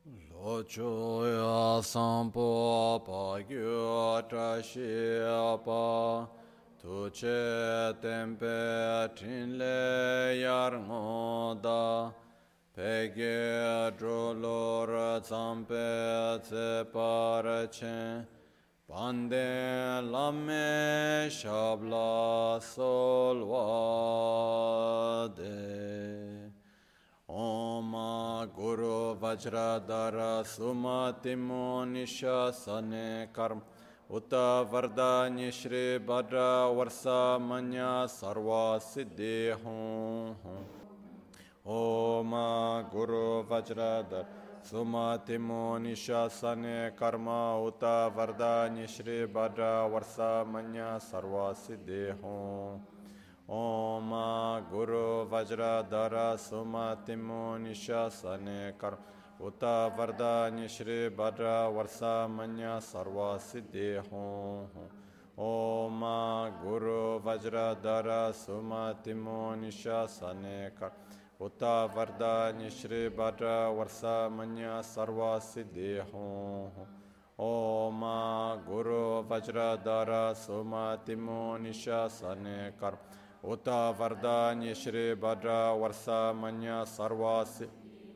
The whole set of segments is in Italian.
Locho ya sampo pa gyu tra shi pa tu che tempe trin le yar ngoda pe gye dro lor zampe tse par chen pande lamme shabla solwa de Om Guru Vajradhara Sumatimo Nishasane Karma Uta Vardhanya Shri Bhadra Varsa Manya Sarva Siddhi Hum Om Guru Vajradhara Sumatimo Nishasane Karma Uta Vardhanya Shri Bhadra Varsa Manya Sarva Siddhi Hum Om Guru Vajradhara Sumatimo Nishasane Kar Uta Vardhanya Shri Bhadra Varsa Manya Sarva Siddhi Hum Om Guru Vajradhara Sumatimo Nishasane Kar Uta Vardhanya Shri Bhadra Varsa Manya Sarva Siddhi Hum Om Guru Vajradhara Sumatimo Nishasane Kar Uta Vardhanya Shri Bhadra Varsa Manya Sarvasi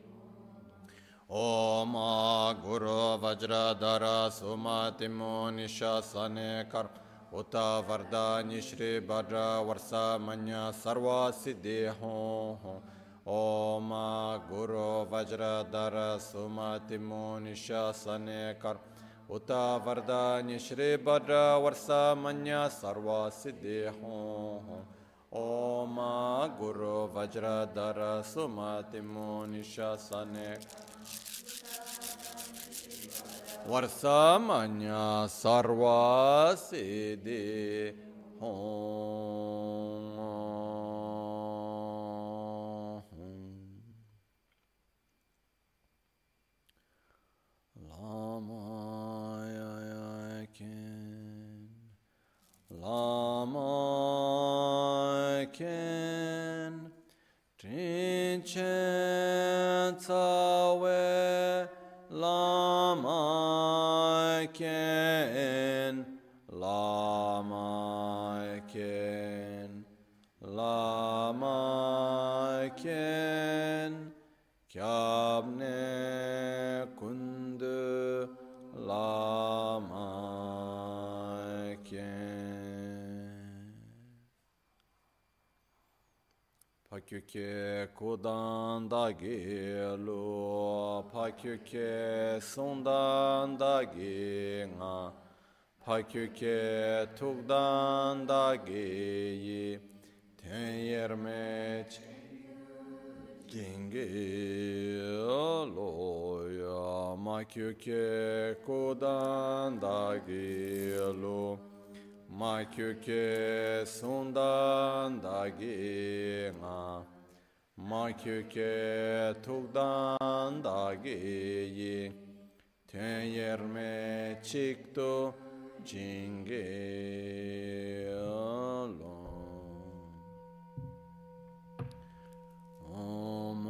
Om Guru Vajradhara Sumatimo Nishasane Kar Uta Vardhanya Shri Bhadra Varsa Manya Sarvasi Deho Om Guru Vajradhara Sumatimo Nishasane Kar Uta Vardhanya Shri Bhadra Varsa Manya Sarvasi Deho Om Guru Vajradhara Sumatimo Nishasane Varsa Manya Sarva Siddhi Om Lama Yakin Lama Ken Trinchen Tsawe Lama Ken Lama Ken Lama Ken Kyabne Kundu Lama Ken Pakyuke Kudan Dagi Lu Pakyuke Sundan Dagi Nga Pakyuke Tugdan Dagi Tenyerme Jingi Loya Makyuke Kudan Dagi Lu Makyuke Sundan Dagi Nga Makyuke Tugdan Dagi Tenyerme Chikto Jingi Lo Om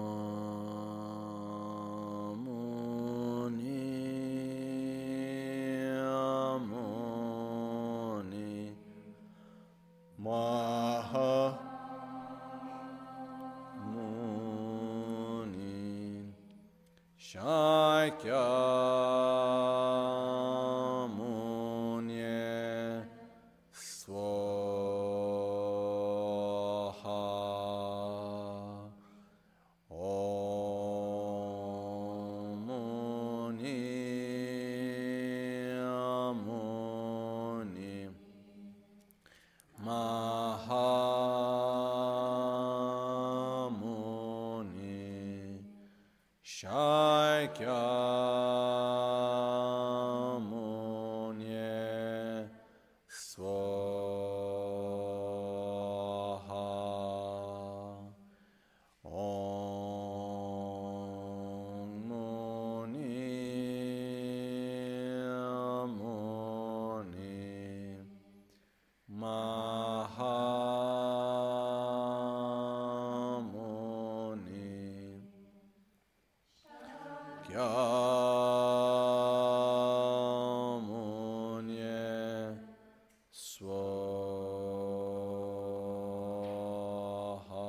Muni Muni Maha Muni Shakya Muni Swaha Om Muni Muni Mahamuni Shakya Muni Swaha Om Muni Muni Mahamuni Shakyamuni Swaha.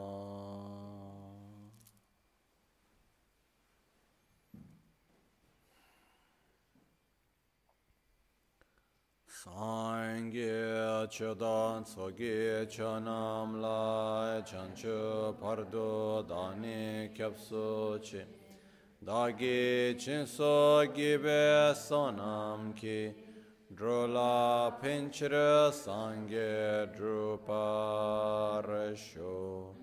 Sangye chodan soge chonam lai chancho pardo dani kyapso chi dagi chinso gibe sonam ki drola pinchira sangye druparasho.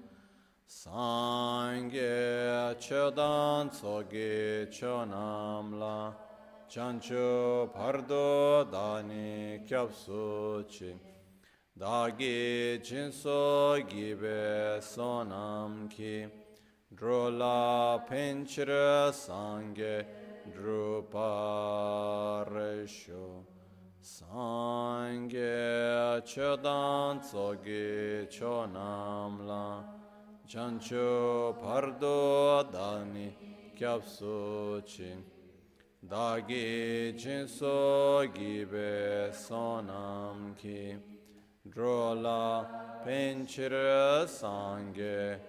Sangye chodan soge chonam lai chancho pardo dani kyapso chi dagi chinso gibe sonam ki drola pinchira sangye druparesho. Sangye chodan tsogi chonam la chancho pardo dani kyapso chi dagi chinso gibe sonam ki drola pinchira sangye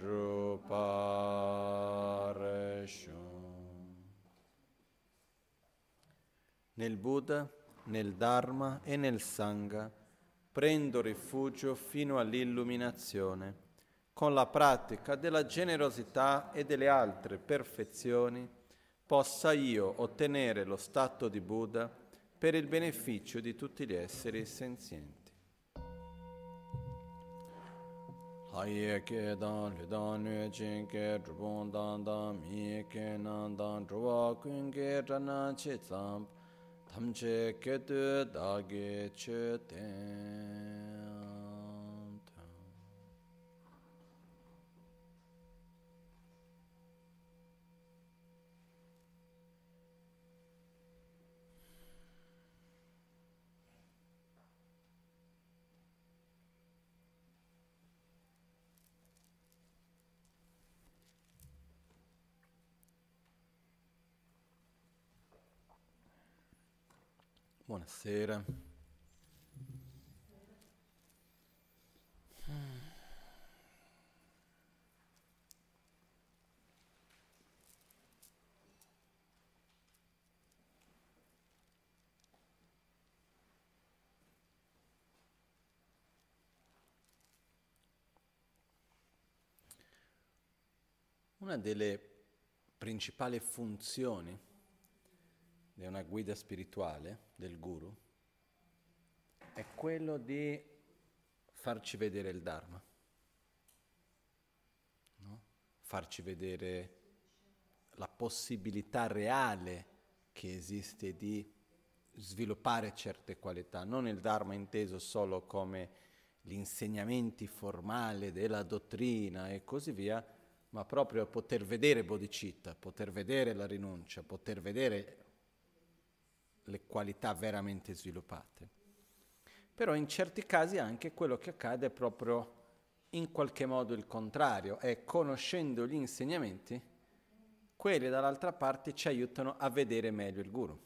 druparesho. Nel Buddha, nel Dharma e nel Sangha prendo rifugio fino all'illuminazione. Con la pratica della generosità e delle altre perfezioni possa io ottenere lo stato di Buddha per il beneficio di tutti gli esseri senzienti. Haye ke dan le dan nue jin ke drubon dan dan mi ke nan dan druwa kun ke dranan che tsam tham che ke tu da ge che ten. Buonasera. Una delle principali funzioni di una guida spirituale, del guru, è quello di farci vedere il Dharma, no? Farci vedere la possibilità reale che esiste di sviluppare certe qualità, non il Dharma inteso solo come gli insegnamenti formali della dottrina e così via, ma proprio poter vedere bodhicitta, poter vedere la rinuncia, poter vedere le qualità veramente sviluppate. Però in certi casi anche quello che accade è proprio in qualche modo il contrario, è conoscendo gli insegnamenti, quelli dall'altra parte ci aiutano a vedere meglio il guru.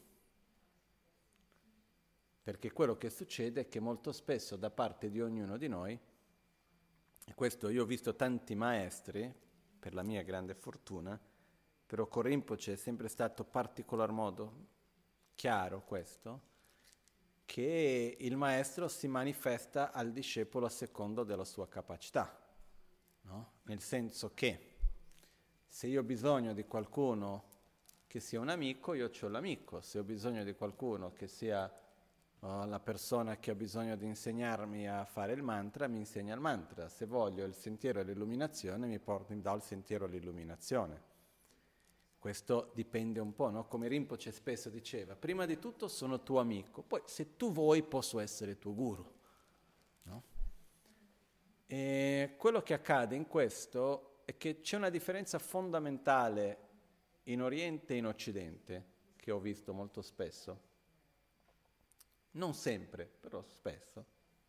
Perché quello che succede è che molto spesso da parte di ognuno di noi, e questo io ho visto tanti maestri, per la mia grande fortuna, però con Rinpoche è sempre stato particolar modo chiaro questo, che il maestro si manifesta al discepolo a seconda della sua capacità, no? Nel senso che se io ho bisogno di qualcuno che sia un amico, io c'ho l'amico, se ho bisogno di qualcuno che sia la persona che ha bisogno di insegnarmi a fare il mantra, mi insegna il mantra, se voglio il sentiero all'illuminazione mi dà il sentiero all'illuminazione. Questo dipende un po', no? Come Rinpoche spesso diceva, prima di tutto sono tuo amico, poi se tu vuoi posso essere tuo guru, no? E quello che accade in questo è che c'è una differenza fondamentale in Oriente e in Occidente, che ho visto molto spesso, non sempre, però spesso,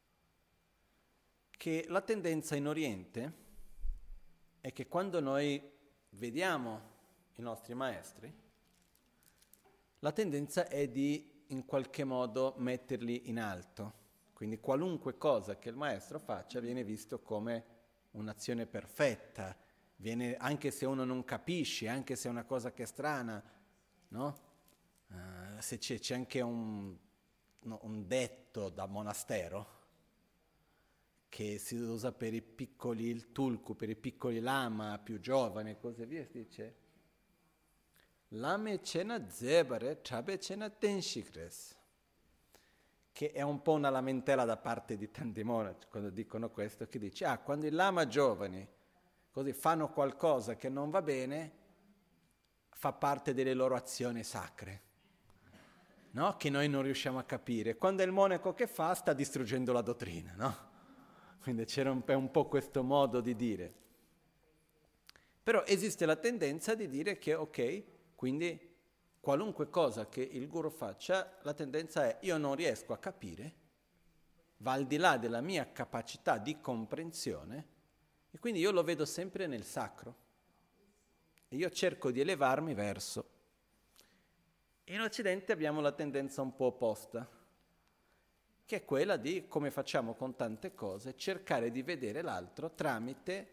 che la tendenza in Oriente è che quando noi vediamo i nostri maestri, la tendenza è di in qualche modo metterli in alto. Quindi qualunque cosa che il maestro faccia viene visto come un'azione perfetta, viene, anche se uno non capisce, anche se è una cosa che è strana, no? Se c'è anche un detto da monastero che si usa per i piccoli, il tulku, per i piccoli lama più giovani e così via, si dice Lame cena zebare, trabe cena tenshikres, che è un po' una lamentela da parte di tanti monaci quando dicono questo, che dice, quando i lama giovani così fanno qualcosa che non va bene, fa parte delle loro azioni sacre, no? Che noi non riusciamo a capire. Quando è il monaco che fa, sta distruggendo la dottrina, no? Quindi c'era un po' questo modo di dire. Però esiste la tendenza di dire che, ok, quindi qualunque cosa che il guru faccia, la tendenza è io non riesco a capire, va al di là della mia capacità di comprensione e quindi io lo vedo sempre nel sacro e io cerco di elevarmi verso. In Occidente abbiamo la tendenza un po' opposta, che è quella di, come facciamo con tante cose, cercare di vedere l'altro tramite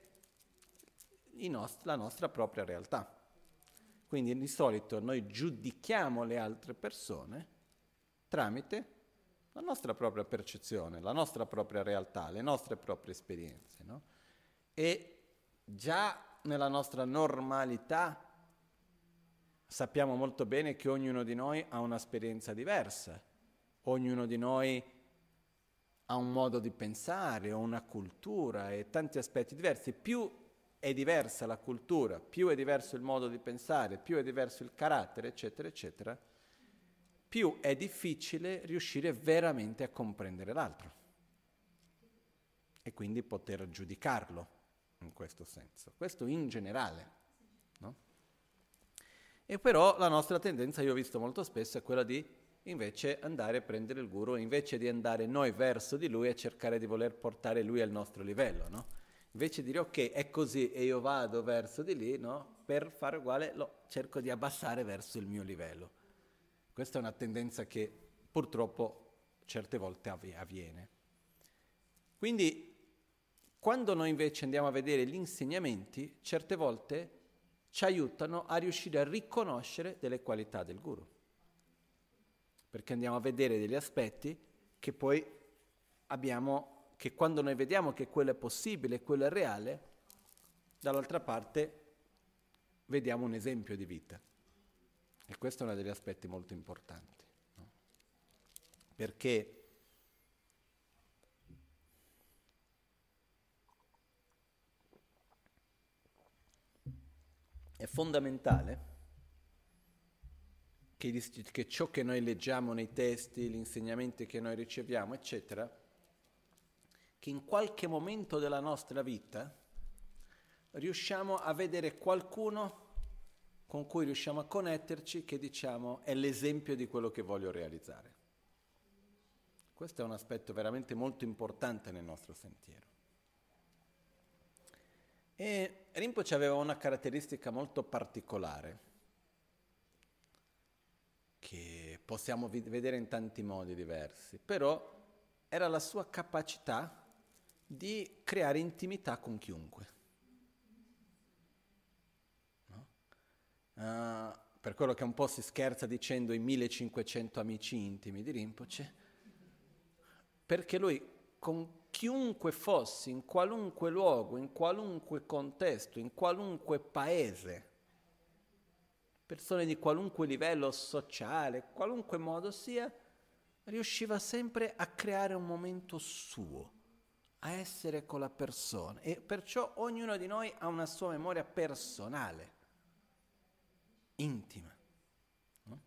la nostra propria realtà. Quindi di solito noi giudichiamo le altre persone tramite la nostra propria percezione, la nostra propria realtà, le nostre proprie esperienze, no? E già nella nostra normalità sappiamo molto bene che ognuno di noi ha un'esperienza diversa, ognuno di noi ha un modo di pensare, una cultura e tanti aspetti diversi. Più è diversa la cultura, più è diverso il modo di pensare, più è diverso il carattere, eccetera, eccetera, più è difficile riuscire veramente a comprendere l'altro e quindi poter giudicarlo in questo senso. Questo in generale, no? E però la nostra tendenza, io ho visto molto spesso, è quella di invece andare a prendere il guru, invece di andare noi verso di lui e cercare di voler portare lui al nostro livello, no? Invece di dire ok, è così e io vado verso di lì, no? Per fare uguale cerco di abbassare verso il mio livello. Questa è una tendenza che purtroppo certe volte avviene. Quindi quando noi invece andiamo a vedere gli insegnamenti, certe volte ci aiutano a riuscire a riconoscere delle qualità del guru. Perché andiamo a vedere degli aspetti che poi abbiamo, che quando noi vediamo che quello è possibile, quello è reale, dall'altra parte vediamo un esempio di vita. E questo è uno degli aspetti molto importanti, no? Perché è fondamentale che ciò che noi leggiamo nei testi, gli insegnamenti che noi riceviamo, eccetera, che in qualche momento della nostra vita riusciamo a vedere qualcuno con cui riusciamo a connetterci che diciamo è l'esempio di quello che voglio realizzare. Questo è un aspetto veramente molto importante nel nostro sentiero. E Rinpoche aveva una caratteristica molto particolare che possiamo vedere in tanti modi diversi, però era la sua capacità di creare intimità con chiunque. No? Per quello che un po' si scherza dicendo i 1500 amici intimi di Rinpoche, perché lui con chiunque fossi, in qualunque luogo, in qualunque contesto, in qualunque paese, persone di qualunque livello sociale, qualunque modo sia, riusciva sempre a creare un momento suo, a essere con la persona. E perciò ognuno di noi ha una sua memoria personale, intima. No?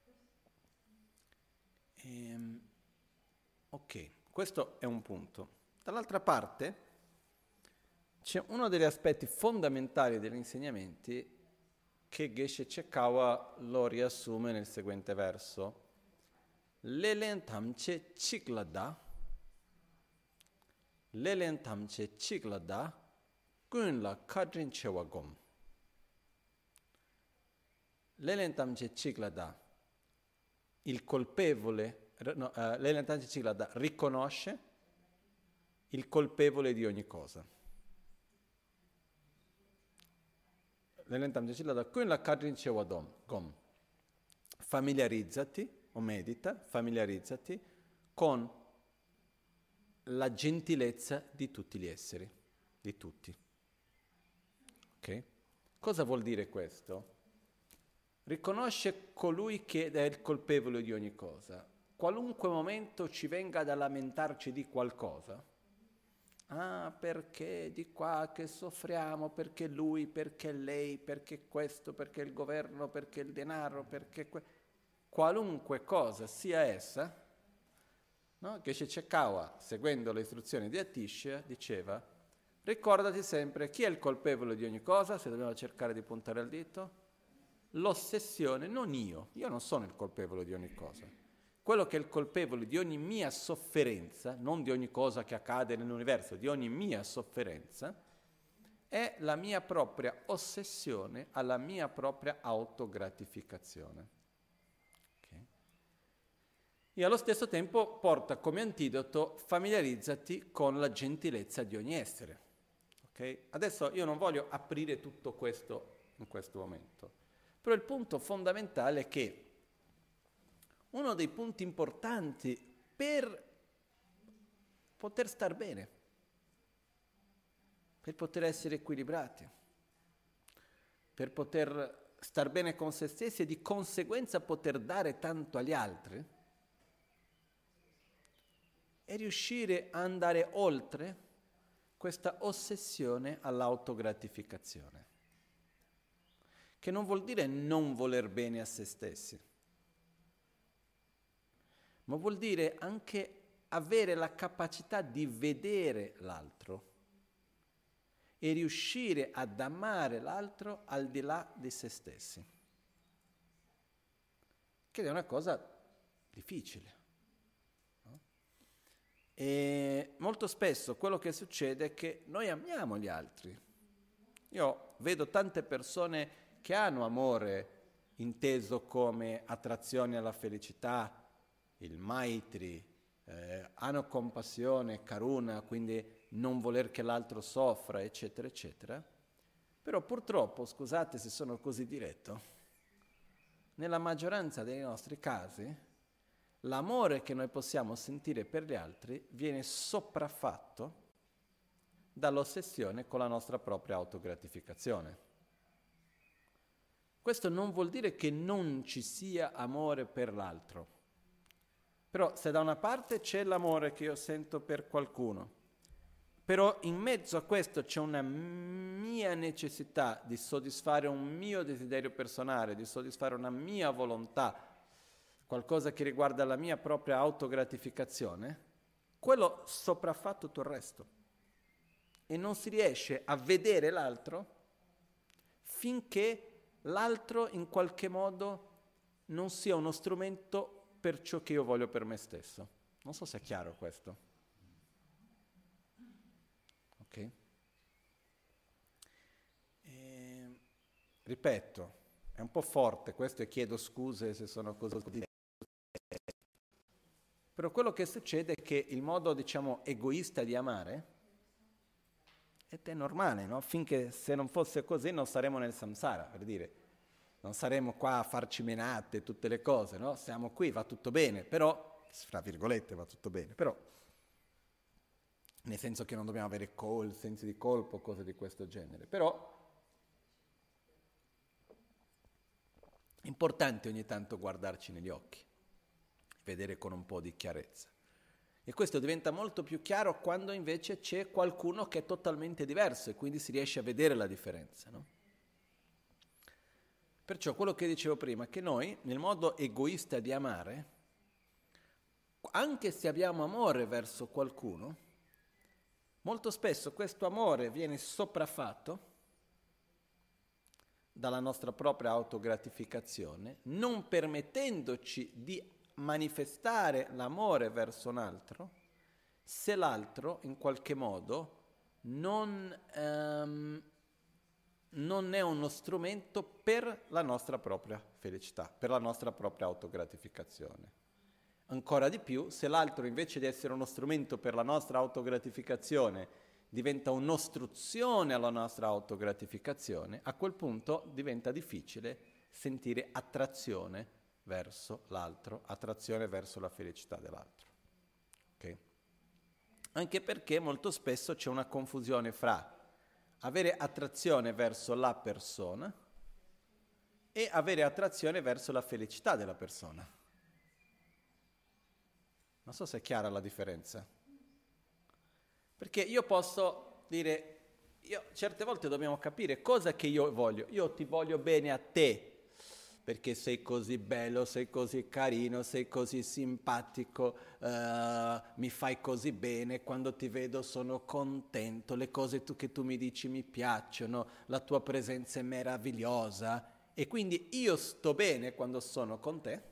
Ok, questo è un punto. Dall'altra parte c'è uno degli aspetti fondamentali degli insegnamenti che Geshe Chekawa lo riassume nel seguente verso. Lelen tamche chiklada, kun la kadrin chewagom. L'Elentam Ciklada, il colpevole, no, l'Elentam Ciklada riconosce il colpevole di ogni cosa. L'Elentam Ciklada, qui la Kadrin Cewadom, Gom. Familiarizzati, o medita, familiarizzati con la gentilezza di tutti gli esseri, di tutti. Ok? Cosa vuol dire questo? Riconosce colui che è il colpevole di ogni cosa. Qualunque momento ci venga da lamentarci di qualcosa, perché di qua che soffriamo, perché lui, perché lei, perché questo, perché il governo, perché il denaro, perché qualunque cosa sia essa, no? Geshe Chekawa, seguendo le istruzioni di Atisha, diceva: ricordati sempre chi è il colpevole di ogni cosa, se dobbiamo cercare di puntare al dito, l'ossessione, non io non sono il colpevole di ogni cosa. Quello che è il colpevole di ogni mia sofferenza, non di ogni cosa che accade nell'universo, di ogni mia sofferenza, è la mia propria ossessione alla mia propria autogratificazione. E allo stesso tempo porta come antidoto: familiarizzati con la gentilezza di ogni essere. Okay? Adesso io non voglio aprire tutto questo in questo momento, però il punto fondamentale è che uno dei punti importanti per poter star bene, per poter essere equilibrati, per poter star bene con se stessi e di conseguenza poter dare tanto agli altri, è riuscire a andare oltre questa ossessione all'autogratificazione, che non vuol dire non voler bene a se stessi, ma vuol dire anche avere la capacità di vedere l'altro e riuscire ad amare l'altro al di là di se stessi, che è una cosa difficile. E molto spesso quello che succede è che noi amiamo gli altri. Io vedo tante persone che hanno amore inteso come attrazione alla felicità, il maitri, hanno compassione, karuna, quindi non voler che l'altro soffra, eccetera, eccetera. Però purtroppo, scusate se sono così diretto, nella maggioranza dei nostri casi l'amore che noi possiamo sentire per gli altri viene sopraffatto dall'ossessione con la nostra propria autogratificazione. Questo non vuol dire che non ci sia amore per l'altro, però se da una parte c'è l'amore che io sento per qualcuno, però in mezzo a questo c'è una mia necessità di soddisfare un mio desiderio personale, di soddisfare una mia volontà, qualcosa che riguarda la mia propria autogratificazione, quello sopraffa tutto il resto. E non si riesce a vedere l'altro finché l'altro in qualche modo non sia uno strumento per ciò che io voglio per me stesso. Non so se è chiaro questo. Ok? Ripeto, è un po' forte questo e chiedo scuse se sono così. Però quello che succede è che il modo, diciamo, egoista di amare è normale, no? Finché se non fosse così non saremo nel samsara, per dire. Non saremo qua a farci menate, tutte le cose, no? Siamo qui, va tutto bene, però, fra virgolette, va tutto bene, però, nel senso che non dobbiamo avere sensi di colpa o cose di questo genere, però è importante ogni tanto guardarci negli occhi, vedere con un po' di chiarezza. E questo diventa molto più chiaro quando invece c'è qualcuno che è totalmente diverso e quindi si riesce a vedere la differenza, no? Perciò quello che dicevo prima è che noi, nel modo egoista di amare, anche se abbiamo amore verso qualcuno, molto spesso questo amore viene sopraffatto dalla nostra propria autogratificazione, non permettendoci di manifestare l'amore verso un altro se l'altro in qualche modo non non è uno strumento per la nostra propria felicità, per la nostra propria autogratificazione. Ancora di più, se l'altro invece di essere uno strumento per la nostra autogratificazione diventa un'ostruzione alla nostra autogratificazione, a quel punto diventa difficile sentire attrazione verso l'altro, attrazione verso la felicità dell'altro. Okay? Anche perché molto spesso c'è una confusione fra avere attrazione verso la persona e avere attrazione verso la felicità della persona. Non so se è chiara la differenza. Perché io posso dire, certe volte dobbiamo capire cosa che io voglio. Io ti voglio bene a te, perché sei così bello, sei così carino, sei così simpatico, mi fai così bene, quando ti vedo sono contento, le cose che tu mi dici mi piacciono, la tua presenza è meravigliosa e quindi io sto bene quando sono con te.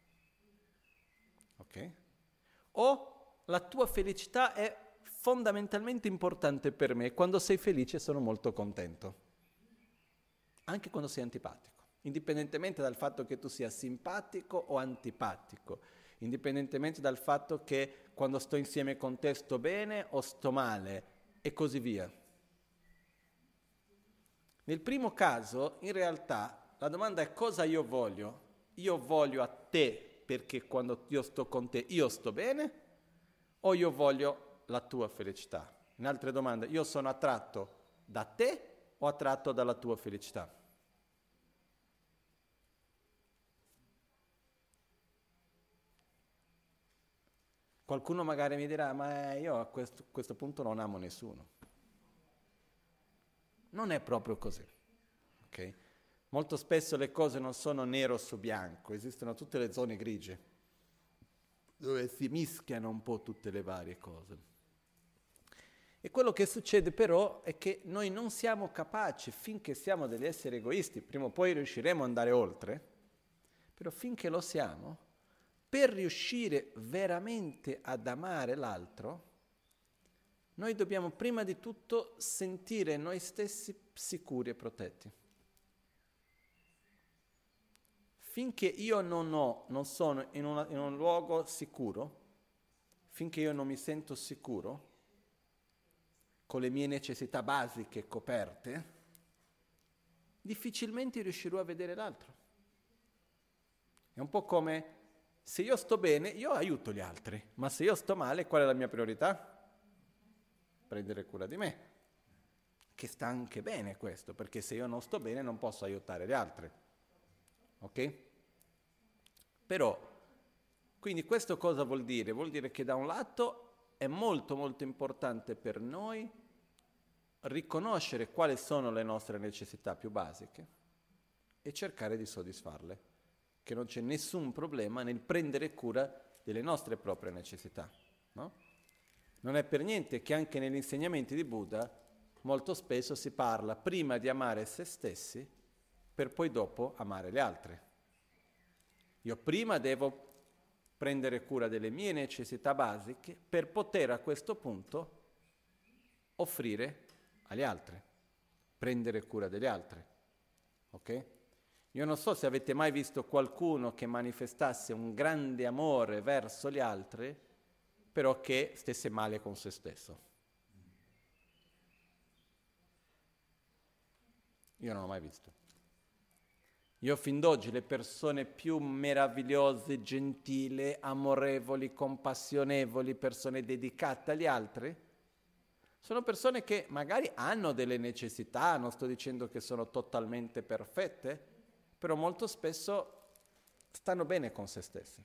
Ok? O la tua felicità è fondamentalmente importante per me, quando sei felice sono molto contento, anche quando sei antipatico. Indipendentemente dal fatto che tu sia simpatico o antipatico, indipendentemente dal fatto che quando sto insieme con te sto bene o sto male, e così via. Nel primo caso, in realtà, la domanda è cosa io voglio? Io voglio a te perché quando io sto con te io sto bene, o io voglio la tua felicità? In altre domande, io sono attratto da te o attratto dalla tua felicità? Qualcuno magari mi dirà, ma io a questo punto non amo nessuno. Non è proprio così, ok? Molto spesso le cose non sono nero su bianco, esistono tutte le zone grigie, dove si mischiano un po' tutte le varie cose. E quello che succede però è che noi non siamo capaci, finché siamo degli esseri egoisti, prima o poi riusciremo ad andare oltre, però finché lo siamo, per riuscire veramente ad amare l'altro, noi dobbiamo prima di tutto sentire noi stessi sicuri e protetti. Finché io non sono in un luogo sicuro, finché io non mi sento sicuro, con le mie necessità basiche coperte, difficilmente riuscirò a vedere l'altro. È un po' come se io sto bene, io aiuto gli altri, ma se io sto male, qual è la mia priorità? Prendere cura di me, che sta anche bene questo, perché se io non sto bene non posso aiutare gli altri, ok? Però, quindi questo cosa vuol dire? Vuol dire che da un lato è molto molto importante per noi riconoscere quali sono le nostre necessità più basiche e cercare di soddisfarle, che non c'è nessun problema nel prendere cura delle nostre proprie necessità, no? Non è per niente che anche negli insegnamenti di Buddha molto spesso si parla prima di amare se stessi per poi dopo amare gli altri. Io prima devo prendere cura delle mie necessità basiche per poter a questo punto offrire agli altri, prendere cura degli altri, ok? Io non so se avete mai visto qualcuno che manifestasse un grande amore verso gli altri, però che stesse male con se stesso. Io non l'ho mai visto. Io fin d'oggi le persone più meravigliose, gentili, amorevoli, compassionevoli, persone dedicate agli altri, sono persone che magari hanno delle necessità, non sto dicendo che sono totalmente perfette, però molto spesso stanno bene con se stessi.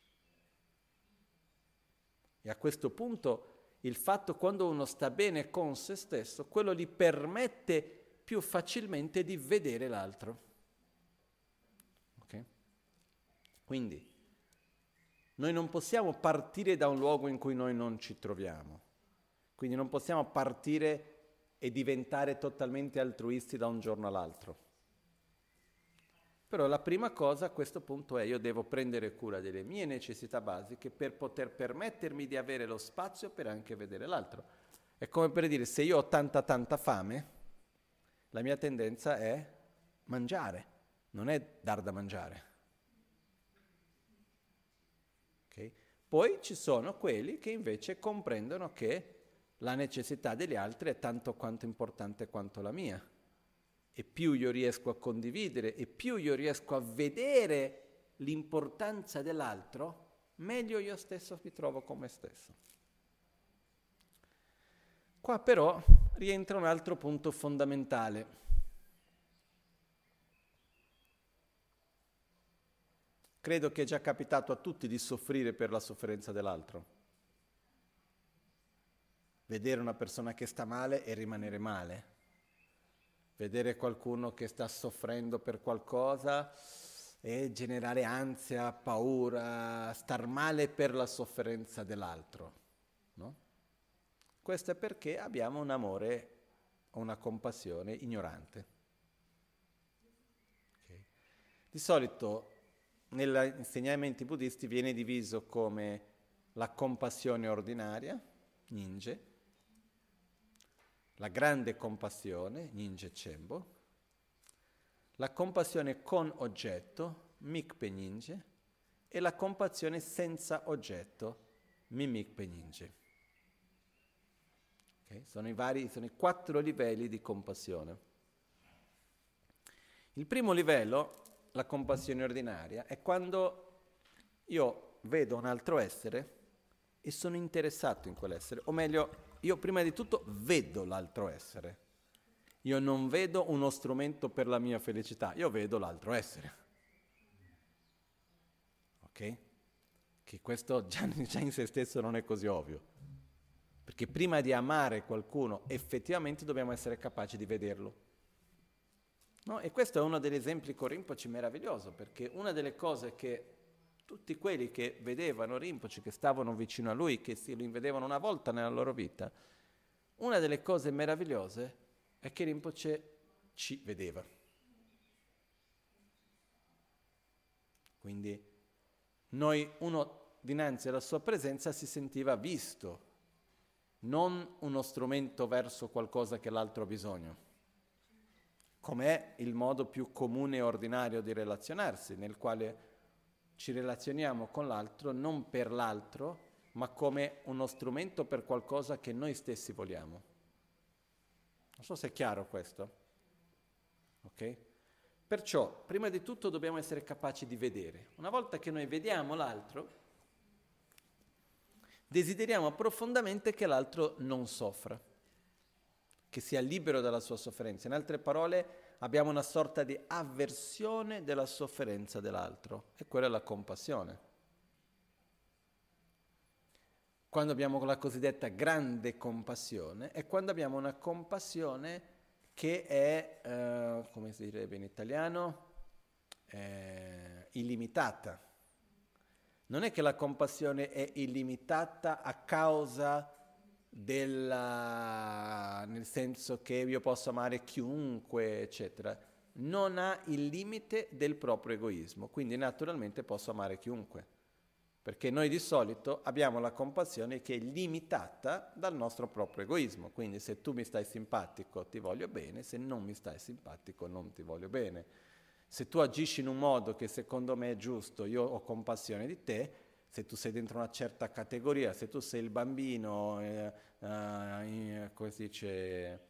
E a questo punto il fatto quando uno sta bene con se stesso, quello gli permette più facilmente di vedere l'altro. Ok? Quindi noi non possiamo partire da un luogo in cui noi non ci troviamo. Quindi non possiamo partire e diventare totalmente altruisti da un giorno all'altro. Però la prima cosa a questo punto è io devo prendere cura delle mie necessità basiche per poter permettermi di avere lo spazio per anche vedere l'altro. È come per dire, se io ho tanta fame, la mia tendenza è mangiare, non è dar da mangiare. Okay? Poi ci sono quelli che invece comprendono che la necessità degli altri è tanto quanto importante quanto la mia. E più io riesco a condividere e più io riesco a vedere l'importanza dell'altro, meglio io stesso mi trovo con me stesso. Qua però rientra un altro punto fondamentale. Credo che è già capitato a tutti di soffrire per la sofferenza dell'altro. Vedere una persona che sta male e rimanere male. Vedere qualcuno che sta soffrendo per qualcosa e generare ansia, paura, star male per la sofferenza dell'altro, no? Questo è perché abbiamo un amore o una compassione ignorante. Okay. Di solito negli insegnamenti buddisti viene diviso come la compassione ordinaria, ninje, la grande compassione, ninje chenpo, la compassione con oggetto, mikpe ninje, e la compassione senza oggetto, mimikpe ninje. Okay? Sono i 4 livelli di compassione. Il primo livello, la compassione ordinaria, è quando io vedo un altro essere e sono interessato in quell'essere, o meglio, io prima di tutto vedo l'altro essere. Io non vedo uno strumento per la mia felicità, io vedo l'altro essere. Ok? Che questo già in se stesso non è così ovvio. Perché prima di amare qualcuno, effettivamente dobbiamo essere capaci di vederlo. No? E questo è uno degli esempi con Rinpoche meraviglioso, perché una delle cose che tutti quelli che vedevano Rinpoche, che stavano vicino a lui, che lo invedevano una volta nella loro vita, una delle cose meravigliose è che Rinpoche ci vedeva. Quindi uno dinanzi alla sua presenza si sentiva visto, non uno strumento verso qualcosa che l'altro ha bisogno, com'è il modo più comune e ordinario di relazionarsi, nel quale ci relazioniamo con l'altro non per l'altro, ma come uno strumento per qualcosa che noi stessi vogliamo. Non so se è chiaro questo. Ok? Perciò, prima di tutto dobbiamo essere capaci di vedere. Una volta che noi vediamo l'altro, desideriamo profondamente che l'altro non soffra, che sia libero dalla sua sofferenza. In altre parole, abbiamo una sorta di avversione della sofferenza dell'altro, e quella è la compassione. Quando abbiamo la cosiddetta grande compassione, è quando abbiamo una compassione che è, come si direbbe in italiano, illimitata. Non è che la compassione è illimitata a causa nel senso che io posso amare chiunque, eccetera. Non ha il limite del proprio egoismo, quindi naturalmente posso amare chiunque. Perché noi di solito abbiamo la compassione che è limitata dal nostro proprio egoismo. Quindi se tu mi stai simpatico ti voglio bene, se non mi stai simpatico non ti voglio bene. Se tu agisci in un modo che secondo me è giusto, io ho compassione di te. Se tu sei dentro una certa categoria, se tu sei il bambino, come si dice,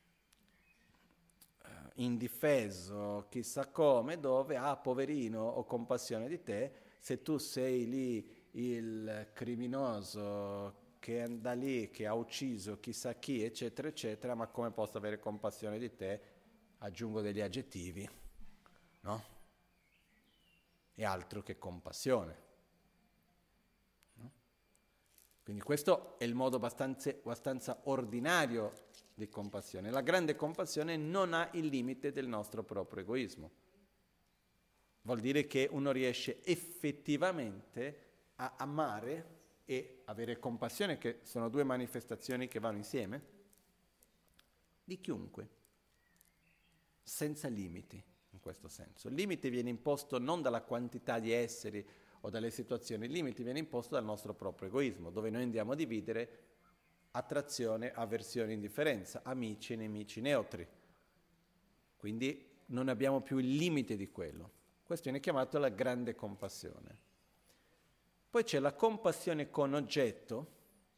indifeso, chissà come, dove, poverino, ho compassione di te. Se tu sei lì il criminoso che anda lì, che ha ucciso chissà chi, eccetera, eccetera, ma come posso avere compassione di te? Aggiungo degli aggettivi, no? E altro che compassione. No? Quindi questo è il modo abbastanza ordinario di compassione. La grande compassione non ha il limite del nostro proprio egoismo. Vuol dire che uno riesce effettivamente a amare e avere compassione, che sono 2 manifestazioni che vanno insieme, di chiunque, senza limiti in questo senso. Il limite viene imposto non dalla quantità di esseri o dalle situazioni, il limite viene imposto dal nostro proprio egoismo, dove noi andiamo a dividere attrazione, avversione, indifferenza, amici e nemici neutri. quindi non abbiamo più il limite di quello. Questo viene chiamato la grande compassione. Poi c'è la compassione con oggetto,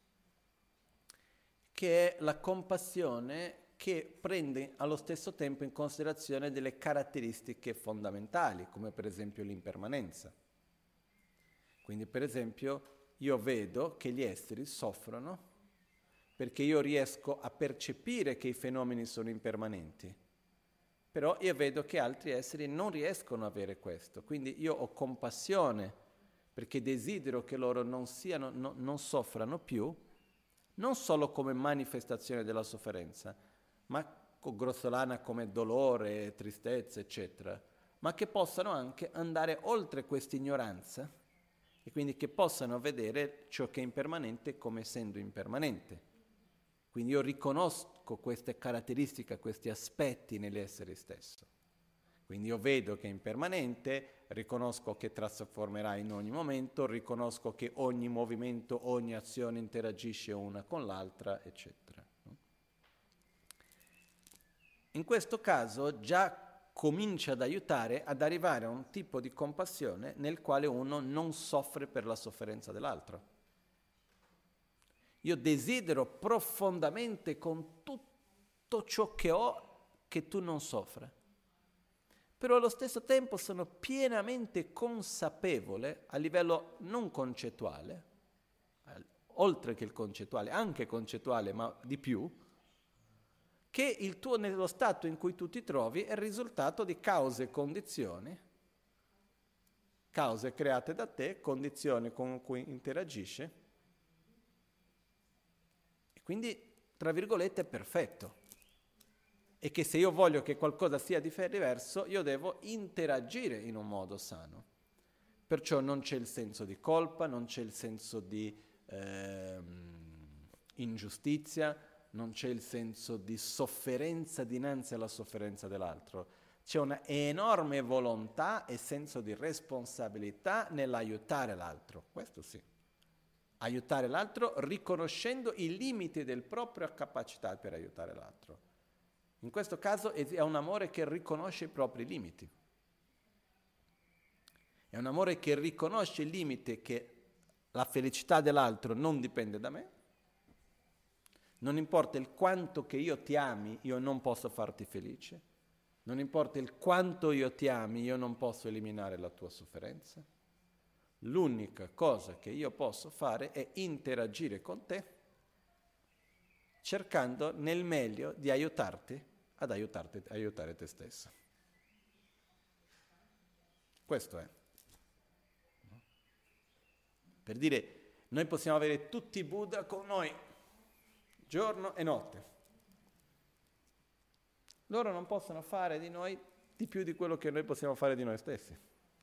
che è la compassione che prende allo stesso tempo in considerazione delle caratteristiche fondamentali, come per esempio l'impermanenza. Quindi per esempio io vedo che gli esseri soffrono perché io riesco a percepire che i fenomeni sono impermanenti, però io vedo che altri esseri non riescono ad avere questo, quindi io ho compassione perché desidero che loro non soffrano più, non solo come manifestazione della sofferenza, ma grossolana come dolore, tristezza, eccetera, ma che possano anche andare oltre questa ignoranza e quindi che possano vedere ciò che è impermanente come essendo impermanente. Quindi io riconosco queste caratteristiche, questi aspetti nell'essere stesso. Quindi io vedo che è impermanente, riconosco che trasformerà in ogni momento, riconosco che ogni movimento, ogni azione interagisce una con l'altra, eccetera. In questo caso già comincia ad aiutare ad arrivare a un tipo di compassione nel quale uno non soffre per la sofferenza dell'altro. Io desidero profondamente con tutto ciò che ho che tu non soffra. Però allo stesso tempo sono pienamente consapevole a livello non concettuale, oltre che il concettuale, anche concettuale, ma di più, che il tuo nello stato in cui tu ti trovi è il risultato di cause e condizioni, cause create da te, condizioni con cui interagisce, e quindi, tra virgolette, è perfetto. E che se io voglio che qualcosa sia diverso, io devo interagire in un modo sano. Perciò non c'è il senso di colpa, non c'è il senso di ingiustizia, non c'è il senso di sofferenza dinanzi alla sofferenza dell'altro. C'è una enorme volontà e senso di responsabilità nell'aiutare l'altro, questo sì. Aiutare l'altro riconoscendo i limiti del proprio capacità per aiutare l'altro. In questo caso è un amore che riconosce i propri limiti. È un amore che riconosce il limite che la felicità dell'altro non dipende da me. Non importa il quanto che io ti ami, io non posso farti felice. Non importa il quanto io ti ami, io non posso eliminare la tua sofferenza. L'unica cosa che io posso fare è interagire con te, cercando nel meglio di aiutarti ad aiutare te stesso. Questo è. Per dire, noi possiamo avere tutti i Buddha con noi, giorno e notte. Loro non possono fare di noi di più di quello che noi possiamo fare di noi stessi.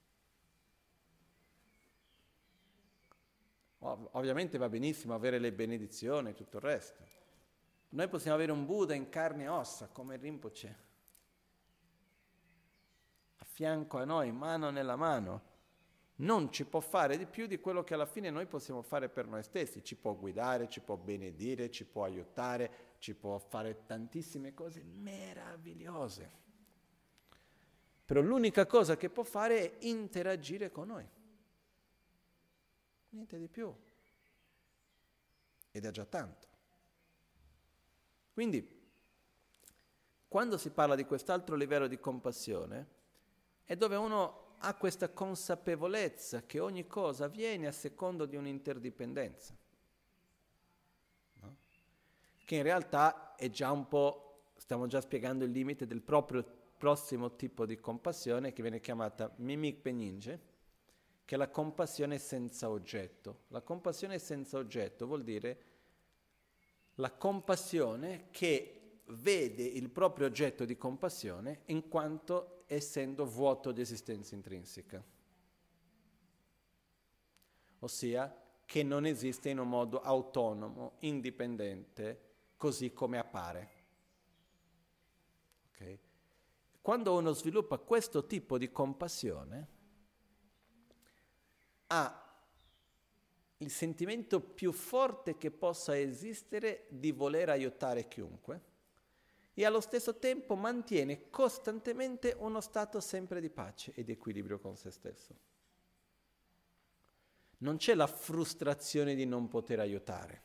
Ovviamente va benissimo avere le benedizioni e tutto il resto. Noi possiamo avere un Buddha in carne e ossa, come Rinpoche, a fianco a noi, mano nella mano. Non ci può fare di più di quello che alla fine noi possiamo fare per noi stessi. Ci può guidare, ci può benedire, ci può aiutare, ci può fare tantissime cose meravigliose. Però l'unica cosa che può fare è interagire con noi. Niente di più. Ed è già tanto. Quindi, quando si parla di quest'altro livello di compassione, è dove uno ha questa consapevolezza che ogni cosa avviene a secondo di un'interdipendenza, no? Che in realtà è già un po', stiamo già spiegando il limite del proprio prossimo tipo di compassione che viene chiamata Mimik Peninge, che è la compassione senza oggetto. La compassione senza oggetto vuol dire la compassione che vede il proprio oggetto di compassione in quanto essendo vuoto di esistenza intrinseca. Ossia che non esiste in un modo autonomo, indipendente, così come appare. Okay? Quando uno sviluppa questo tipo di compassione, ha il sentimento più forte che possa esistere di voler aiutare chiunque e allo stesso tempo mantiene costantemente uno stato sempre di pace e di equilibrio con se stesso. Non c'è la frustrazione di non poter aiutare.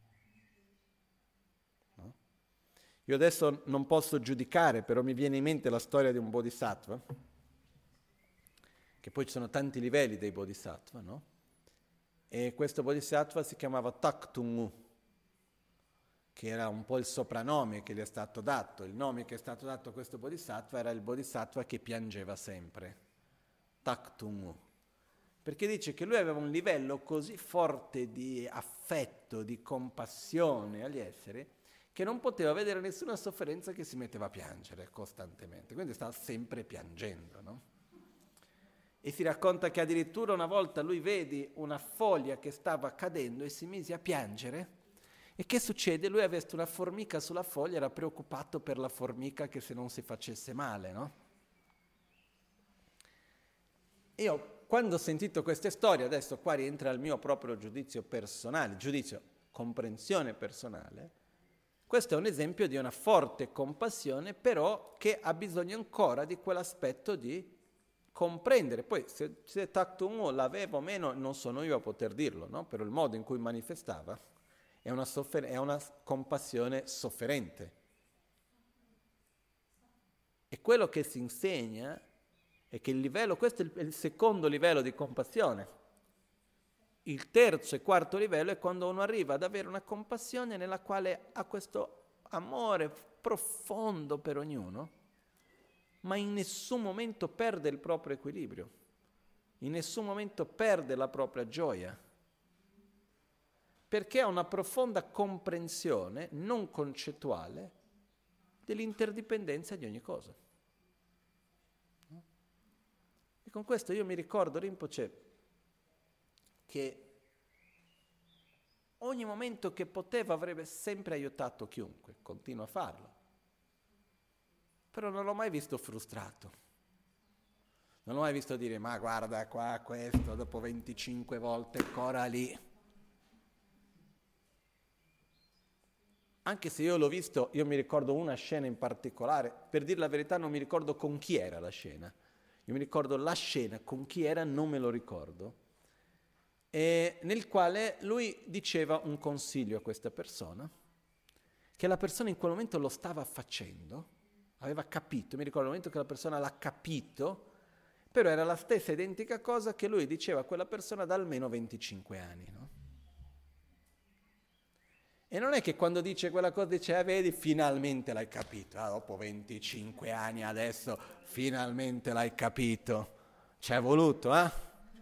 No? Io adesso non posso giudicare, però mi viene in mente la storia di un bodhisattva, che poi ci sono tanti livelli dei bodhisattva, no? E questo bodhisattva si chiamava Taktungu, che era un po' il soprannome che gli è stato dato. Il nome che è stato dato a questo bodhisattva era il bodhisattva che piangeva sempre, Taktungu, perché dice che lui aveva un livello così forte di affetto, di compassione agli esseri, che non poteva vedere nessuna sofferenza che si metteva a piangere costantemente, quindi stava sempre piangendo, no? E si racconta che addirittura una volta lui vede una foglia che stava cadendo e si mise a piangere. E che succede? Lui aveva visto una formica sulla foglia, era preoccupato per la formica che se non si facesse male, no? Io, quando ho sentito queste storie, adesso qua rientra il mio proprio giudizio personale, comprensione personale, questo è un esempio di una forte compassione, però che ha bisogno ancora di quell'aspetto di comprendere. Poi se Taktungu l'aveva o meno non sono io a poter dirlo, no? Però il modo in cui manifestava è una compassione sofferente. E quello che si insegna è che questo è il secondo livello di compassione. Il terzo e quarto livello è quando uno arriva ad avere una compassione nella quale ha questo amore profondo per ognuno, ma in nessun momento perde il proprio equilibrio, in nessun momento perde la propria gioia, perché ha una profonda comprensione non concettuale dell'interdipendenza di ogni cosa. E con questo io mi ricordo, Rinpoche, che ogni momento che poteva avrebbe sempre aiutato chiunque, continua a farlo. Però non l'ho mai visto frustrato. Non l'ho mai visto dire, ma guarda qua questo, dopo 25 volte ancora lì. Anche se io l'ho visto, io mi ricordo una scena in particolare, per dire la verità non mi ricordo con chi era la scena. Io mi ricordo la scena, con chi era non me lo ricordo, e nel quale lui diceva un consiglio a questa persona, che la persona in quel momento lo stava facendo, aveva capito, mi ricordo il momento che la persona l'ha capito, però era la stessa identica cosa che lui diceva a quella persona da almeno 25 anni, no? E non è che quando dice quella cosa dice, vedi, finalmente l'hai capito, dopo 25 anni adesso finalmente l'hai capito, ci è voluto, eh?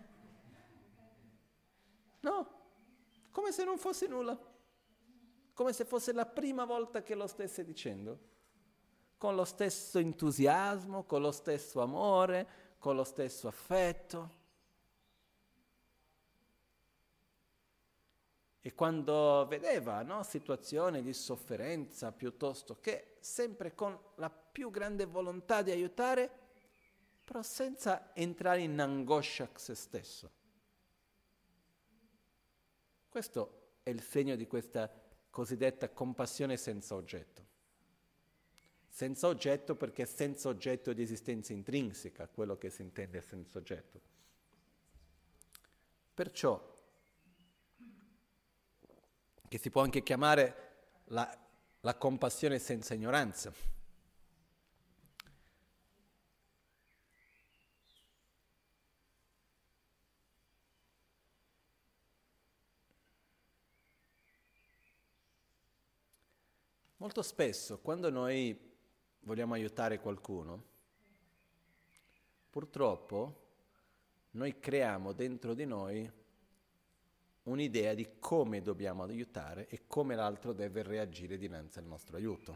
No, come se non fosse nulla, come se fosse la prima volta che lo stesse dicendo, con lo stesso entusiasmo, con lo stesso amore, con lo stesso affetto. E quando vedeva, no, situazioni di sofferenza piuttosto che, sempre con la più grande volontà di aiutare, però senza entrare in angoscia a se stesso. Questo è il segno di questa cosiddetta compassione senza oggetto. Senza oggetto perché senza oggetto di esistenza intrinseca, quello che si intende senza oggetto. Perciò, che si può anche chiamare la compassione senza ignoranza. Molto spesso, quando noi vogliamo aiutare qualcuno, purtroppo noi creiamo dentro di noi un'idea di come dobbiamo aiutare e come l'altro deve reagire dinanzi al nostro aiuto.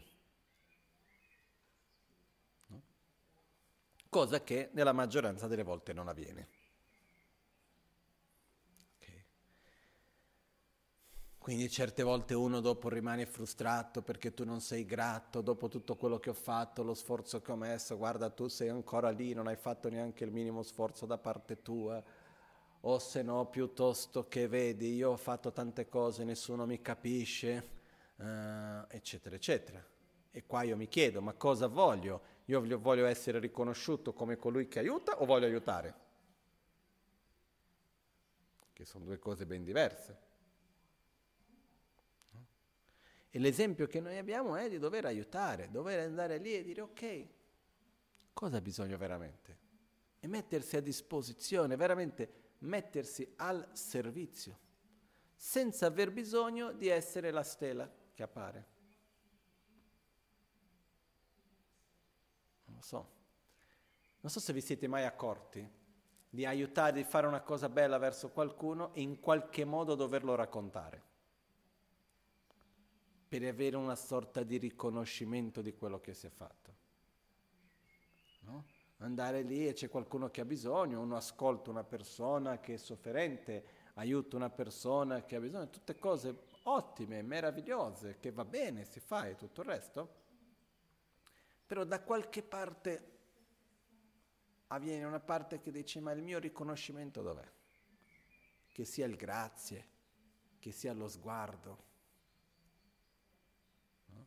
No? Cosa che nella maggioranza delle volte non avviene. Okay. Quindi certe volte uno dopo rimane frustrato perché tu non sei grato, dopo tutto quello che ho fatto, lo sforzo che ho messo, guarda tu sei ancora lì, non hai fatto neanche il minimo sforzo da parte tua. O se no, piuttosto che vedi, io ho fatto tante cose, nessuno mi capisce, eccetera, eccetera. E qua io mi chiedo, ma cosa voglio? Io voglio essere riconosciuto come colui che aiuta o voglio aiutare? Che sono due cose ben diverse. E l'esempio che noi abbiamo è di dover aiutare, dover andare lì e dire ok, cosa ha bisogno veramente? E mettersi a disposizione, veramente mettersi al servizio, senza aver bisogno di essere la stella che appare. Non so se vi siete mai accorti di aiutare, di fare una cosa bella verso qualcuno e in qualche modo doverlo raccontare, per avere una sorta di riconoscimento di quello che si è fatto. No? Andare lì e c'è qualcuno che ha bisogno, uno ascolta una persona che è sofferente, aiuta una persona che ha bisogno, tutte cose ottime, meravigliose, che va bene, si fa e tutto il resto. Però da qualche parte avviene una parte che dice ma il mio riconoscimento dov'è? Che sia il grazie, che sia lo sguardo. No?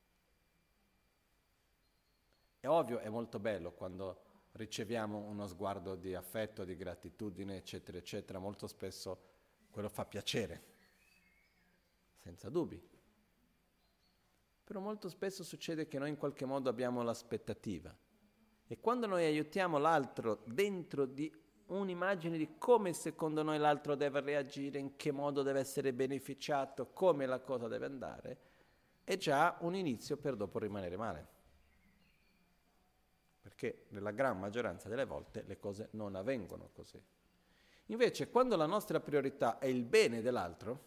È ovvio, è molto bello quando riceviamo uno sguardo di affetto, di gratitudine, eccetera, eccetera. Molto spesso quello fa piacere, senza dubbi. Però molto spesso succede che noi in qualche modo abbiamo l'aspettativa. E quando noi aiutiamo l'altro dentro di un'immagine di come secondo noi l'altro deve reagire, in che modo deve essere beneficiato, come la cosa deve andare, è già un inizio per dopo rimanere male. Perché nella gran maggioranza delle volte le cose non avvengono così. Invece quando la nostra priorità è il bene dell'altro,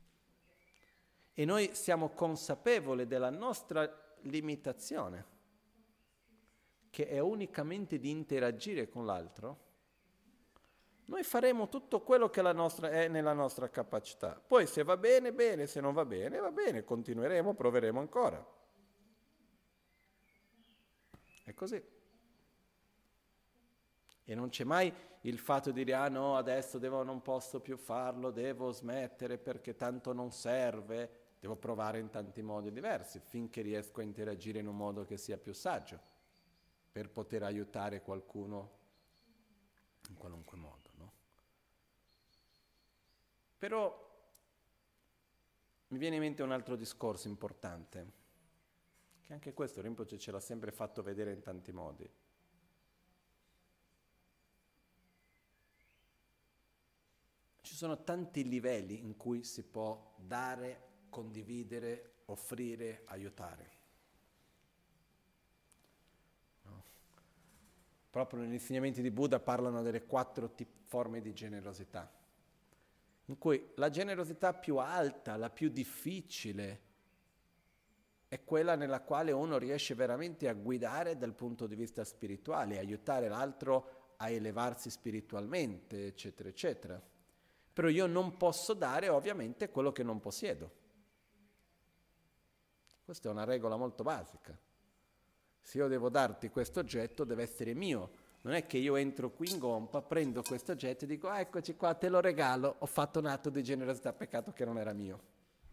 e noi siamo consapevoli della nostra limitazione, che è unicamente di interagire con l'altro, noi faremo tutto quello che è nella nostra capacità. Poi se va bene, bene, se non va bene, continueremo, proveremo ancora. È così. E non c'è mai il fatto di dire, ah no, adesso non posso più farlo, devo smettere perché tanto non serve. Devo provare in tanti modi diversi finché riesco a interagire in un modo che sia più saggio per poter aiutare qualcuno in qualunque modo, no? Però mi viene in mente un altro discorso importante, che anche questo Rinpoche ce l'ha sempre fatto vedere in tanti modi. Ci sono tanti livelli in cui si può dare, condividere, offrire, aiutare. No? Proprio negli insegnamenti di Buddha parlano delle 4 forme di generosità, in cui la generosità più alta, la più difficile, è quella nella quale uno riesce veramente a guidare dal punto di vista spirituale, aiutare l'altro a elevarsi spiritualmente, eccetera, eccetera. Però io non posso dare ovviamente quello che non possiedo. Questa è una regola molto basica. Se io devo darti questo oggetto, deve essere mio. Non è che io entro qui in gompa, prendo questo oggetto e dico, ah, eccoci qua, te lo regalo, ho fatto un atto di generosità, peccato che non era mio.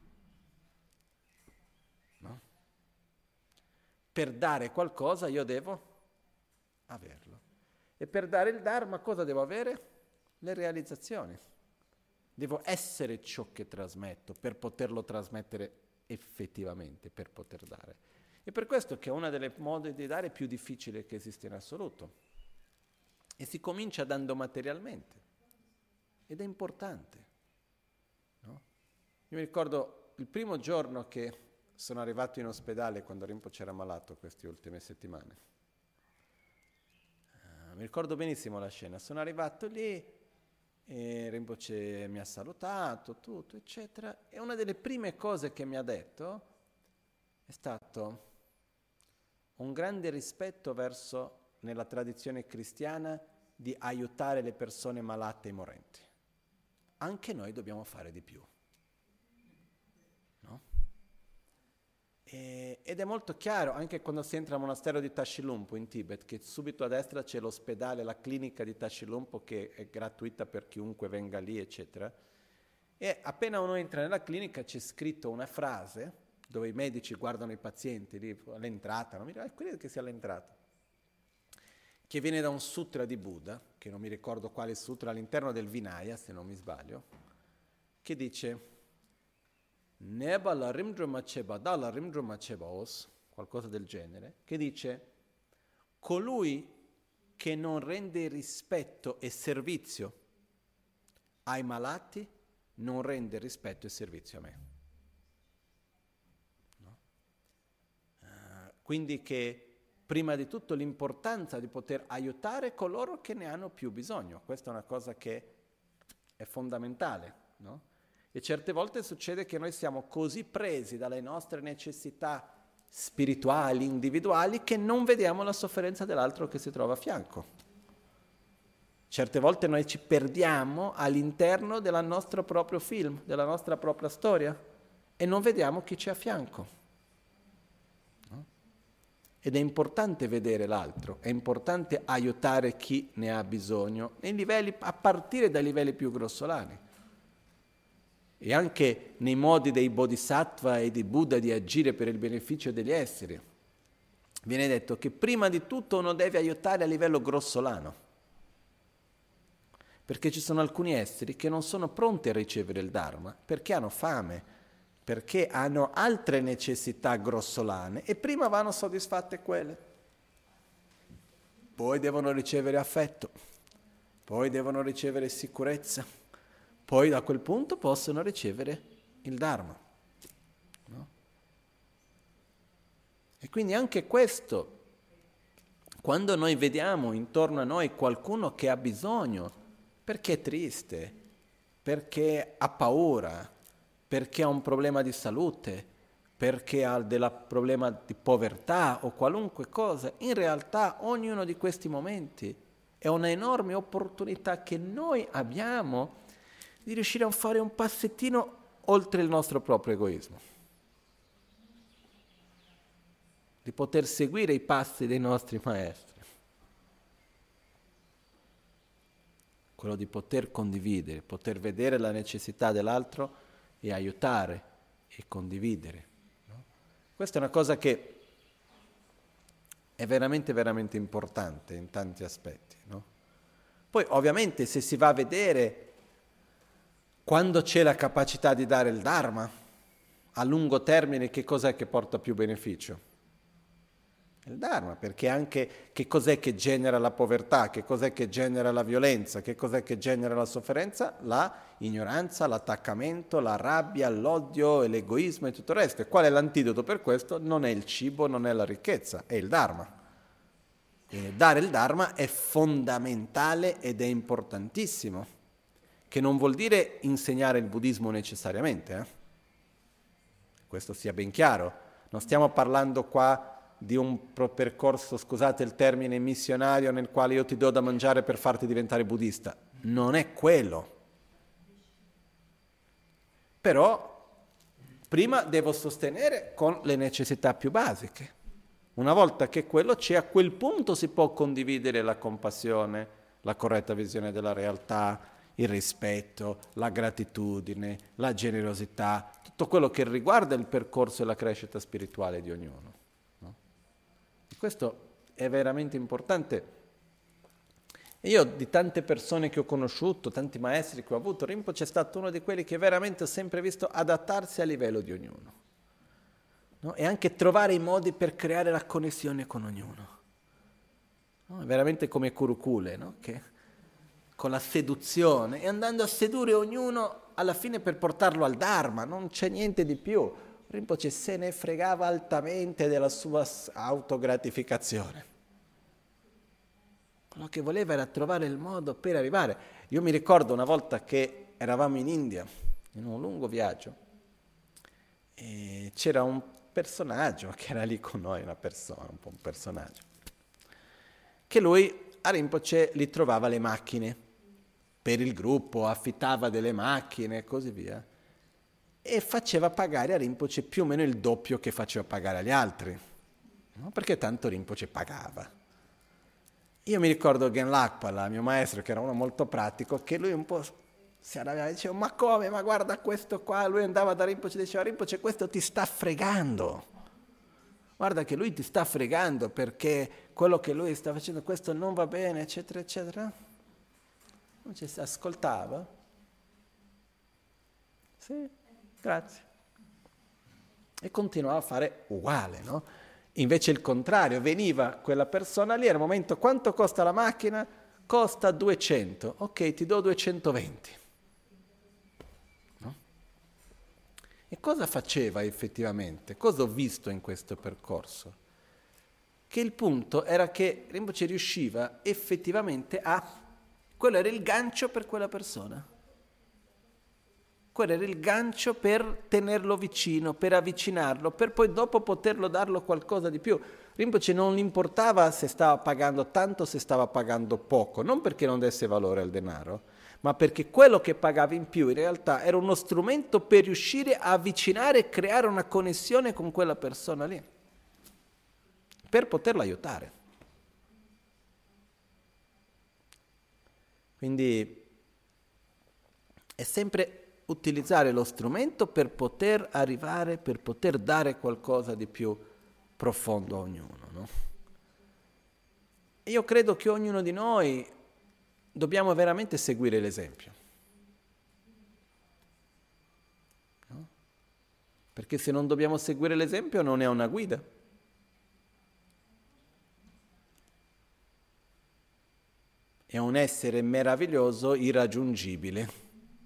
No? Per dare qualcosa io devo averlo. E per dare il Dharma cosa devo avere? Le realizzazioni. Devo essere ciò che trasmetto per poterlo trasmettere effettivamente, per poter dare. E per questo che è una delle modi di dare più difficile che esiste in assoluto. E si comincia dando materialmente. Ed è importante. No? Io mi ricordo il primo giorno che sono arrivato in ospedale quando Rinpoche era malato queste ultime settimane. Mi ricordo benissimo la scena. Sono arrivato lì e Rinpoche mi ha salutato, tutto, eccetera. E una delle prime cose che mi ha detto è stato un grande rispetto verso, nella tradizione cristiana, di aiutare le persone malate e morenti. Anche noi dobbiamo fare di più. No? Ed è molto chiaro, anche quando si entra al monastero di Tashilhunpo in Tibet, che subito a destra c'è l'ospedale, la clinica di Tashilhunpo, che è gratuita per chiunque venga lì, eccetera. E appena uno entra nella clinica c'è scritto una frase dove i medici guardano i pazienti lì all'entrata, non mi ricordo, credo che sia all'entrata, che viene da un sutra di Buddha, che non mi ricordo quale sutra, all'interno del Vinaya, se non mi sbaglio, che dice Neba la rimdruma cheba da la rimdruma cheba os, qualcosa del genere, che dice colui che non rende rispetto e servizio ai malati non rende rispetto e servizio a me. No? Quindi che prima di tutto l'importanza di poter aiutare coloro che ne hanno più bisogno. Questa è una cosa che è fondamentale, no? E certe volte succede che noi siamo così presi dalle nostre necessità spirituali, individuali, che non vediamo la sofferenza dell'altro che si trova a fianco. Certe volte noi ci perdiamo all'interno del nostro proprio film, della nostra propria storia, e non vediamo chi c'è a fianco. No? Ed è importante vedere l'altro, è importante aiutare chi ne ha bisogno, nei livelli, a partire dai livelli più grossolani. E anche nei modi dei bodhisattva e di Buddha di agire per il beneficio degli esseri. Viene detto che prima di tutto uno deve aiutare a livello grossolano, perché ci sono alcuni esseri che non sono pronti a ricevere il Dharma, perché hanno fame, perché hanno altre necessità grossolane e prima vanno soddisfatte quelle. Poi devono ricevere affetto, poi devono ricevere sicurezza. Poi da quel punto possono ricevere il Dharma. No? E quindi anche questo, quando noi vediamo intorno a noi qualcuno che ha bisogno, perché è triste, perché ha paura, perché ha un problema di salute, perché ha del problema di povertà o qualunque cosa, in realtà ognuno di questi momenti è una enorme opportunità che noi abbiamo di riuscire a fare un passettino oltre il nostro proprio egoismo, di poter seguire i passi dei nostri maestri, quello di poter condividere, poter vedere la necessità dell'altro e aiutare e condividere. No? Questa è una cosa che è veramente, veramente importante in tanti aspetti. No? Poi ovviamente se si va a vedere quando c'è la capacità di dare il Dharma, a lungo termine che cos'è che porta più beneficio? Il Dharma, perché anche che cos'è che genera la povertà, che cos'è che genera la violenza, che cos'è che genera la sofferenza? La ignoranza, l'attaccamento, la rabbia, l'odio, l'egoismo e tutto il resto. E qual è l'antidoto per questo? Non è il cibo, non è la ricchezza, è il Dharma. Quindi dare il Dharma è fondamentale ed è importantissimo. Che non vuol dire insegnare il buddismo necessariamente. Questo sia ben chiaro. Non stiamo parlando qua di un percorso, scusate il termine, missionario nel quale io ti do da mangiare per farti diventare buddista. Non è quello. Però prima devo sostenere con le necessità più basiche. Una volta che quello c'è, a quel punto si può condividere la compassione, la corretta visione della realtà, il rispetto, la gratitudine, la generosità, tutto quello che riguarda il percorso e la crescita spirituale di ognuno. No? E questo è veramente importante. E io di tante persone che ho conosciuto, tanti maestri che ho avuto, Rinpoche è stato uno di quelli che veramente ho sempre visto adattarsi al livello di ognuno. No? E anche trovare i modi per creare la connessione con ognuno. No? È veramente come Kurukule, no? Che con la seduzione e andando a sedurre ognuno alla fine per portarlo al Dharma, non c'è niente di più. Rinpoche se ne fregava altamente della sua autogratificazione. Quello che voleva era trovare il modo per arrivare. Io mi ricordo una volta che eravamo in India, in un lungo viaggio, e c'era un personaggio che era lì con noi, una persona, un po' un personaggio, che lui a Rinpoche li trovava le macchine per il gruppo, affittava delle macchine e così via, e faceva pagare a Rinpoche più o meno il doppio che faceva pagare agli altri, no? Perché tanto Rinpoche pagava. Io mi ricordo Gen Lakpala, mio maestro, che era uno molto pratico, che lui un po' Si arrabbiava e diceva, ma come, ma guarda questo qua, lui andava da Rinpoche e diceva, Rinpoche, questo ti sta fregando. Guarda che lui ti sta fregando perché quello che lui sta facendo, questo non va bene, eccetera, eccetera. Non ci si ascoltava. Sì, grazie. E continuava a fare uguale, no? Invece il contrario, veniva quella persona lì, al momento quanto costa la macchina? Costa 200, ok, ti do 220. No? E cosa faceva effettivamente? Cosa ho visto in questo percorso? Che il punto era che Rinpoche riusciva effettivamente a... Quello era il gancio per quella persona. Quello era il gancio per tenerlo vicino, per avvicinarlo, per poi dopo poterlo darlo qualcosa di più. Rinpoche non gli importava se stava pagando tanto o se stava pagando poco, non perché non desse valore al denaro, ma perché quello che pagava in più in realtà era uno strumento per riuscire a avvicinare e creare una connessione con quella persona lì, per poterla aiutare. Quindi è sempre utilizzare lo strumento per poter arrivare, per poter dare qualcosa di più profondo a ognuno, no? E io credo che ognuno di noi dobbiamo veramente seguire l'esempio, no? Perché se non dobbiamo seguire l'esempio non è una guida. È un essere meraviglioso, irraggiungibile.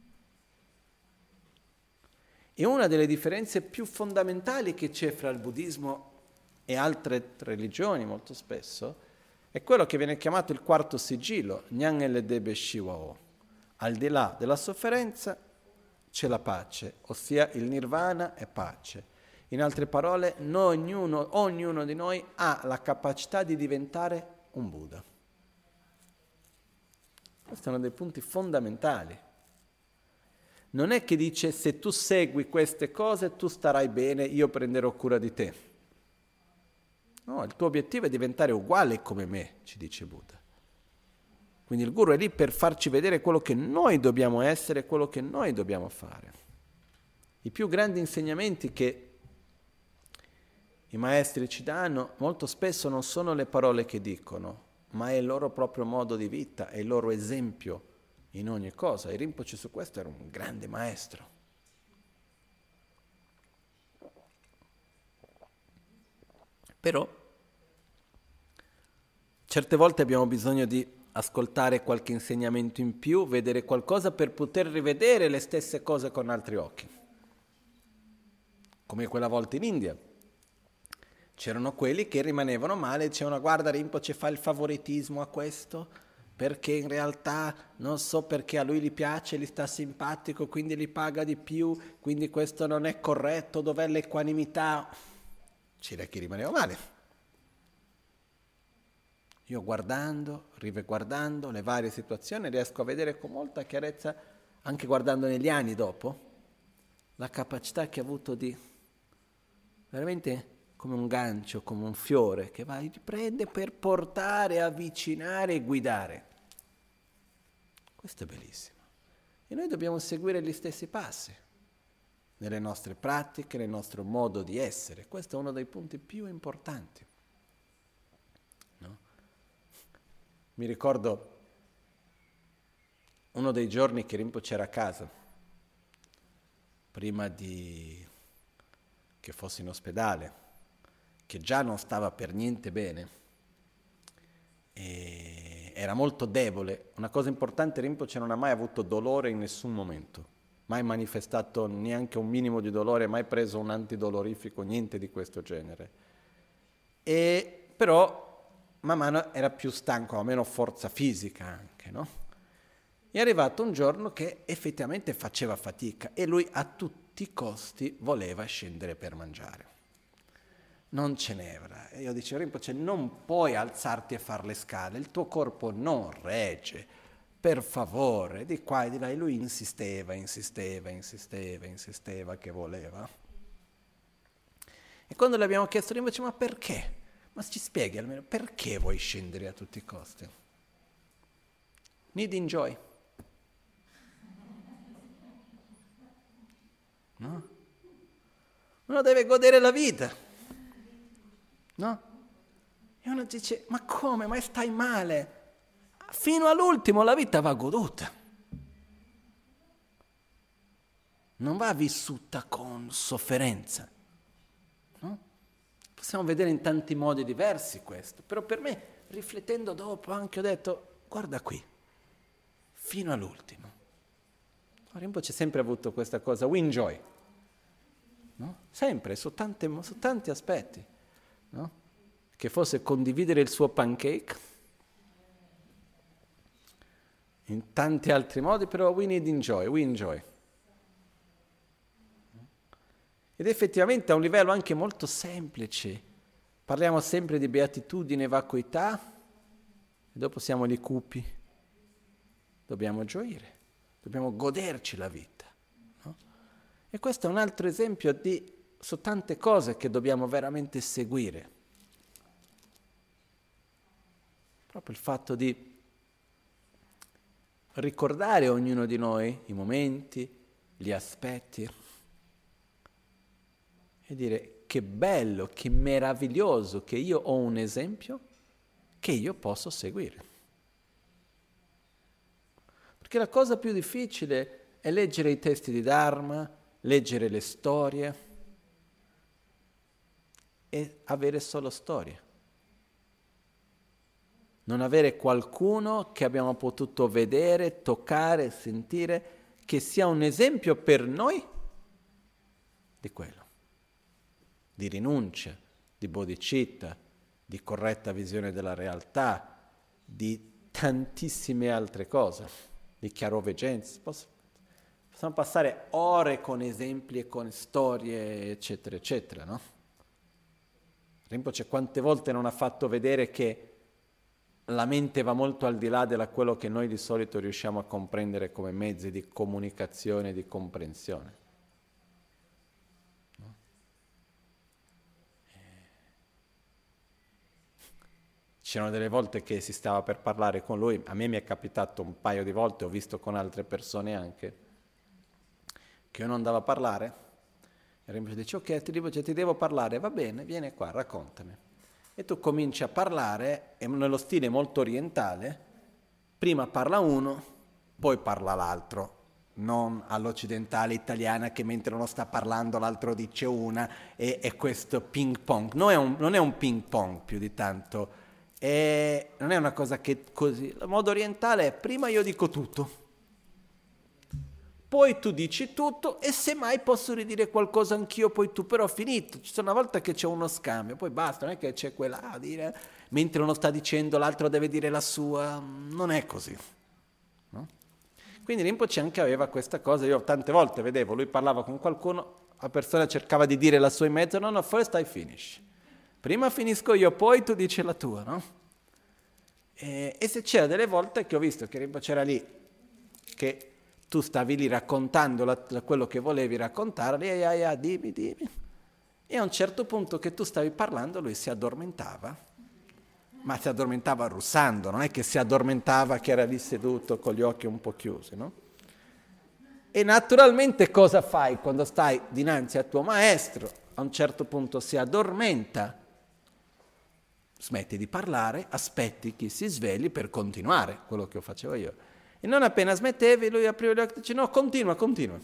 E una delle differenze più fondamentali che c'è fra il buddismo e altre religioni molto spesso è quello che viene chiamato il quarto sigillo, Nyan El Debe Shiwao. Al di là della sofferenza c'è la pace, ossia il nirvana è pace. In altre parole, ognuno di noi ha la capacità di diventare un Buddha. Questo è uno dei punti fondamentali. Non è che dice se tu segui queste cose tu starai bene, io prenderò cura di te. No, il tuo obiettivo è diventare uguale come me, ci dice Buddha. Quindi il guru è lì per farci vedere quello che noi dobbiamo essere, quello che noi dobbiamo fare. I più grandi insegnamenti che i maestri ci danno molto spesso non sono le parole che dicono, ma è il loro proprio modo di vita, è il loro esempio in ogni cosa. E Rinpoche su questo era un grande maestro. Però certe volte abbiamo bisogno di ascoltare qualche insegnamento in più, vedere qualcosa per poter rivedere le stesse cose con altri occhi. Come quella volta in India. C'erano quelli che rimanevano male e dicevano guarda Rinpoche fa il favoritismo a questo perché in realtà non so perché a lui gli piace, gli sta simpatico, quindi gli paga di più, quindi questo non è corretto, dov'è l'equanimità? C'era chi rimaneva male. Io guardando, riguardando le varie situazioni riesco a vedere con molta chiarezza, anche guardando negli anni dopo, la capacità che ha avuto di veramente come un gancio, come un fiore che va e prende per portare, avvicinare e guidare. Questo è bellissimo. E noi dobbiamo seguire gli stessi passi nelle nostre pratiche, nel nostro modo di essere. Questo è uno dei punti più importanti. No? Mi ricordo uno dei giorni che Rinpoche era a casa, prima che fosse in ospedale, che già non stava per niente bene e era molto debole. Una cosa importante, Rinpoche non ha mai avuto dolore in nessun momento, mai manifestato neanche un minimo di dolore, mai preso un antidolorifico, niente di questo genere. E però man mano era più stanco, ha meno forza fisica anche, no? È arrivato un giorno che effettivamente faceva fatica e lui a tutti i costi voleva scendere per mangiare. Non ce n'era. E io dicevo, Rinpoche, non puoi alzarti e fare le scale, il tuo corpo non regge, per favore, di qua e di là. E lui insisteva che voleva. E quando le abbiamo chiesto, Rinpoche, ma perché? Ma ci spieghi almeno, perché vuoi scendere a tutti i costi? Need enjoy. no? Uno deve godere la vita, no? E uno dice, ma come? Ma stai male? Fino all'ultimo la vita va goduta. Non va vissuta con sofferenza, no? Possiamo vedere in tanti modi diversi questo, però per me, riflettendo dopo, anche ho detto, guarda qui, fino all'ultimo. Rinpoche ha sempre avuto questa cosa, win joy, no? Sempre, su tanti aspetti, no? Che fosse condividere il suo pancake, in tanti altri modi, però we enjoy. Ed effettivamente a un livello anche molto semplice, parliamo sempre di beatitudine e vacuità, e dopo siamo lì cupi, dobbiamo gioire, dobbiamo goderci la vita, no? E questo è un altro esempio su tante cose che dobbiamo veramente seguire. Proprio il fatto di ricordare ognuno di noi i momenti, gli aspetti e dire che bello, che meraviglioso che io ho un esempio che io posso seguire. Perché la cosa più difficile è leggere i testi di Dharma, leggere le storie e avere solo storie. Non avere qualcuno che abbiamo potuto vedere, toccare, sentire, che sia un esempio per noi di quello, di rinuncia, di bodhicitta, di corretta visione della realtà, di tantissime altre cose, di chiaroveggenza. Possiamo passare ore con esempi e con storie, eccetera, eccetera, no? Rinpoche quante volte non ha fatto vedere che la mente va molto al di là di quello che noi di solito riusciamo a comprendere come mezzi di comunicazione e di comprensione. No? C'erano delle volte che si stava per parlare con lui, a me mi è capitato un paio di volte, ho visto con altre persone anche, che uno andava a parlare, e Rinpoche dice, ok, ti devo parlare, va bene, vieni qua, raccontami. E tu cominci a parlare, e nello stile molto orientale, prima parla uno, poi parla l'altro, non all'occidentale italiana che mentre uno sta parlando l'altro dice una, e questo ping pong. Non è un ping pong più di tanto, non è una cosa che così. Il modo orientale è prima io dico tutto, poi tu dici tutto e semmai posso ridire qualcosa anch'io, poi tu, però ho finito. Ci sono una volta che c'è uno scambio, poi basta, non è che c'è quella a dire, mentre uno sta dicendo l'altro deve dire la sua, non è così, no? Quindi Rinpoche anche aveva questa cosa, io tante volte vedevo, lui parlava con qualcuno, la persona cercava di dire la sua in mezzo, no, first I finish. Prima finisco io, poi tu dici la tua, no? E se c'era delle volte che ho visto che Rinpoche era lì, che tu stavi lì raccontando quello che volevi raccontare, dimmi. E a un certo punto che tu stavi parlando lui si addormentava, ma si addormentava russando, non è che si addormentava che era lì seduto con gli occhi un po' chiusi, no? E naturalmente cosa fai quando stai dinanzi al tuo maestro? A un certo punto si addormenta, smetti di parlare, aspetti che si svegli per continuare quello che facevo io. E non appena smettevi, lui apriva gli occhi e dice, no, continua.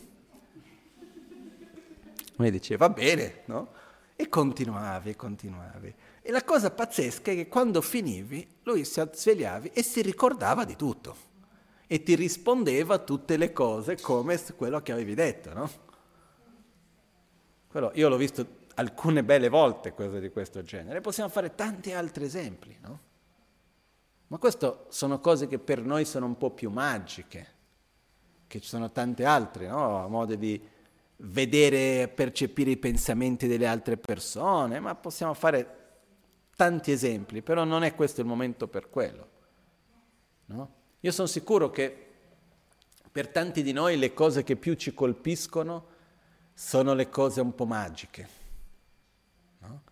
Mi diceva, va bene, no? E continuavi. E la cosa pazzesca è che quando finivi, lui si svegliava e si ricordava di tutto. E ti rispondeva a tutte le cose come quello che avevi detto, no? Io l'ho visto alcune belle volte, cose di questo genere. Possiamo fare tanti altri esempi, no? Ma queste sono cose che per noi sono un po' più magiche, che ci sono tante altre, no? Modi di vedere, percepire i pensamenti delle altre persone, ma possiamo fare tanti esempi, però non è questo il momento per quello, no? Io sono sicuro che per tanti di noi le cose che più ci colpiscono sono le cose un po' magiche, no?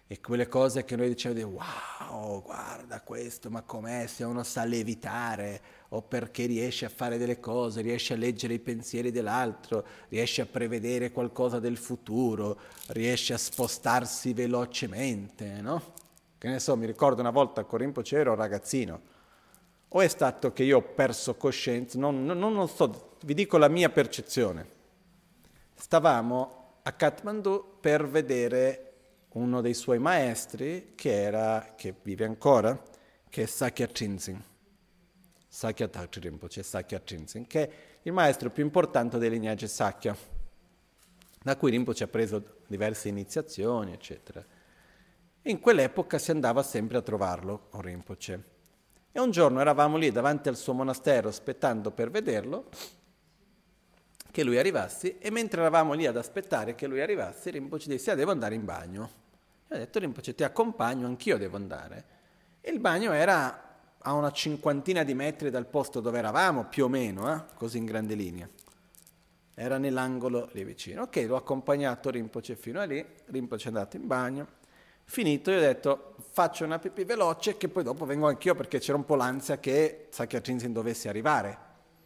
E quelle cose che noi dicevamo, wow, guarda questo, ma com'è, se uno sa levitare, o perché riesce a fare delle cose, riesce a leggere i pensieri dell'altro, riesce a prevedere qualcosa del futuro, riesce a spostarsi velocemente, no? Che ne so, mi ricordo una volta a Rinpoche ero ragazzino, o è stato che io ho perso coscienza, non so, vi dico la mia percezione. Stavamo a Kathmandu per vedere uno dei suoi maestri, che vive ancora, che è Sakya Trinzin. Sakya Thakur Rinpoche, Sakya Trinzin, che è il maestro più importante del lignaggio Sakya, da cui Rinpoche ha preso diverse iniziazioni, eccetera. E in quell'epoca si andava sempre a trovarlo, o Rinpoche. E un giorno eravamo lì davanti al suo monastero aspettando per vederlo, che lui arrivasse, e mentre eravamo lì ad aspettare che lui arrivasse, Rinpoche disse, devo andare in bagno. E ho detto, Rinpoche, ti accompagno, anch'io devo andare. E il bagno era a una 50 di metri dal posto dove eravamo, più o meno, così in grande linea. Era nell'angolo lì vicino. Ok, l'ho accompagnato Rinpoche fino a lì, Rinpoche è andato in bagno. Finito, io ho detto, faccio una pipì veloce, che poi dopo vengo anch'io, perché c'era un po' l'ansia che Sakya Trinzin dovesse arrivare.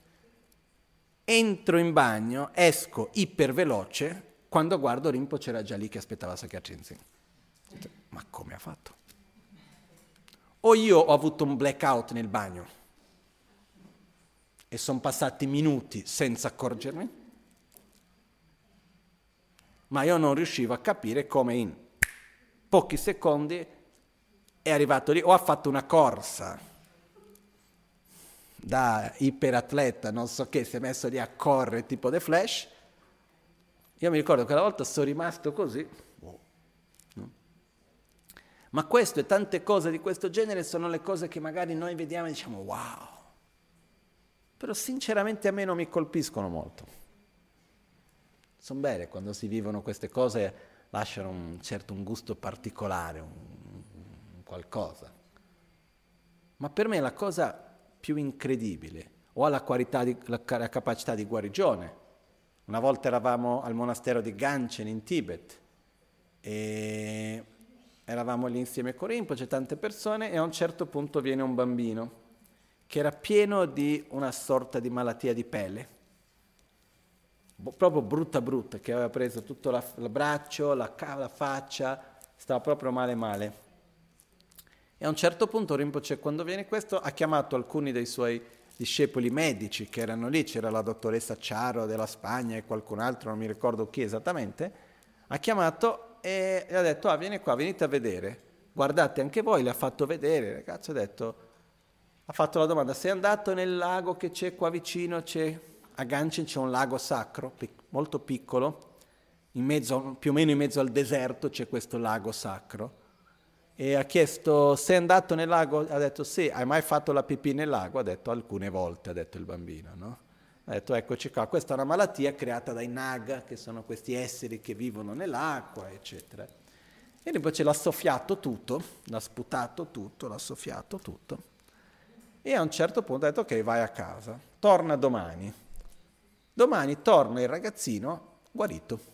Entro in bagno, esco iperveloce, quando guardo Rinpoche era già lì che aspettava Sakya Trinzin. Ma come ha fatto? O io ho avuto un blackout nel bagno e sono passati minuti senza accorgermi, ma io non riuscivo a capire come in pochi secondi è arrivato lì, o ha fatto una corsa da iperatleta, non so che, si è messo lì a correre tipo The Flash. Io mi ricordo che quella volta sono rimasto così. No? Ma questo e tante cose di questo genere sono le cose che magari noi vediamo e diciamo wow. Però sinceramente a me non mi colpiscono molto. Sono belle quando si vivono queste cose, lasciano un gusto particolare, un qualcosa. Ma per me la cosa più incredibile, o ha la capacità di guarigione. Una volta eravamo al monastero di Ganchen in Tibet e eravamo lì insieme con Rinpoche, tante persone, e a un certo punto viene un bambino che era pieno di una sorta di malattia di pelle, proprio brutta, che aveva preso tutto il braccio, la faccia, stava proprio male. E a un certo punto Rinpoche, quando viene questo, ha chiamato alcuni dei suoi discepoli medici che erano lì, c'era la dottoressa Charo della Spagna e qualcun altro, non mi ricordo chi esattamente, ha chiamato e ha detto, vieni qua, venite a vedere, guardate anche voi, le ha fatto vedere, il ragazzo ha fatto la domanda, sei andato nel lago che c'è qua vicino, a Ganchen c'è un lago sacro, molto piccolo, più o meno in mezzo al deserto c'è questo lago sacro. E ha chiesto, sei andato nel lago? Ha detto sì. Hai mai fatto la pipì nel lago? Ha detto alcune volte, ha detto il bambino, no? Ha detto eccoci qua, questa è una malattia creata dai naga, che sono questi esseri che vivono nell'acqua, eccetera. E poi l'ha soffiato tutto, l'ha sputato tutto, l'ha soffiato tutto. E a un certo punto ha detto ok, vai a casa, torna domani. Domani torna il ragazzino guarito.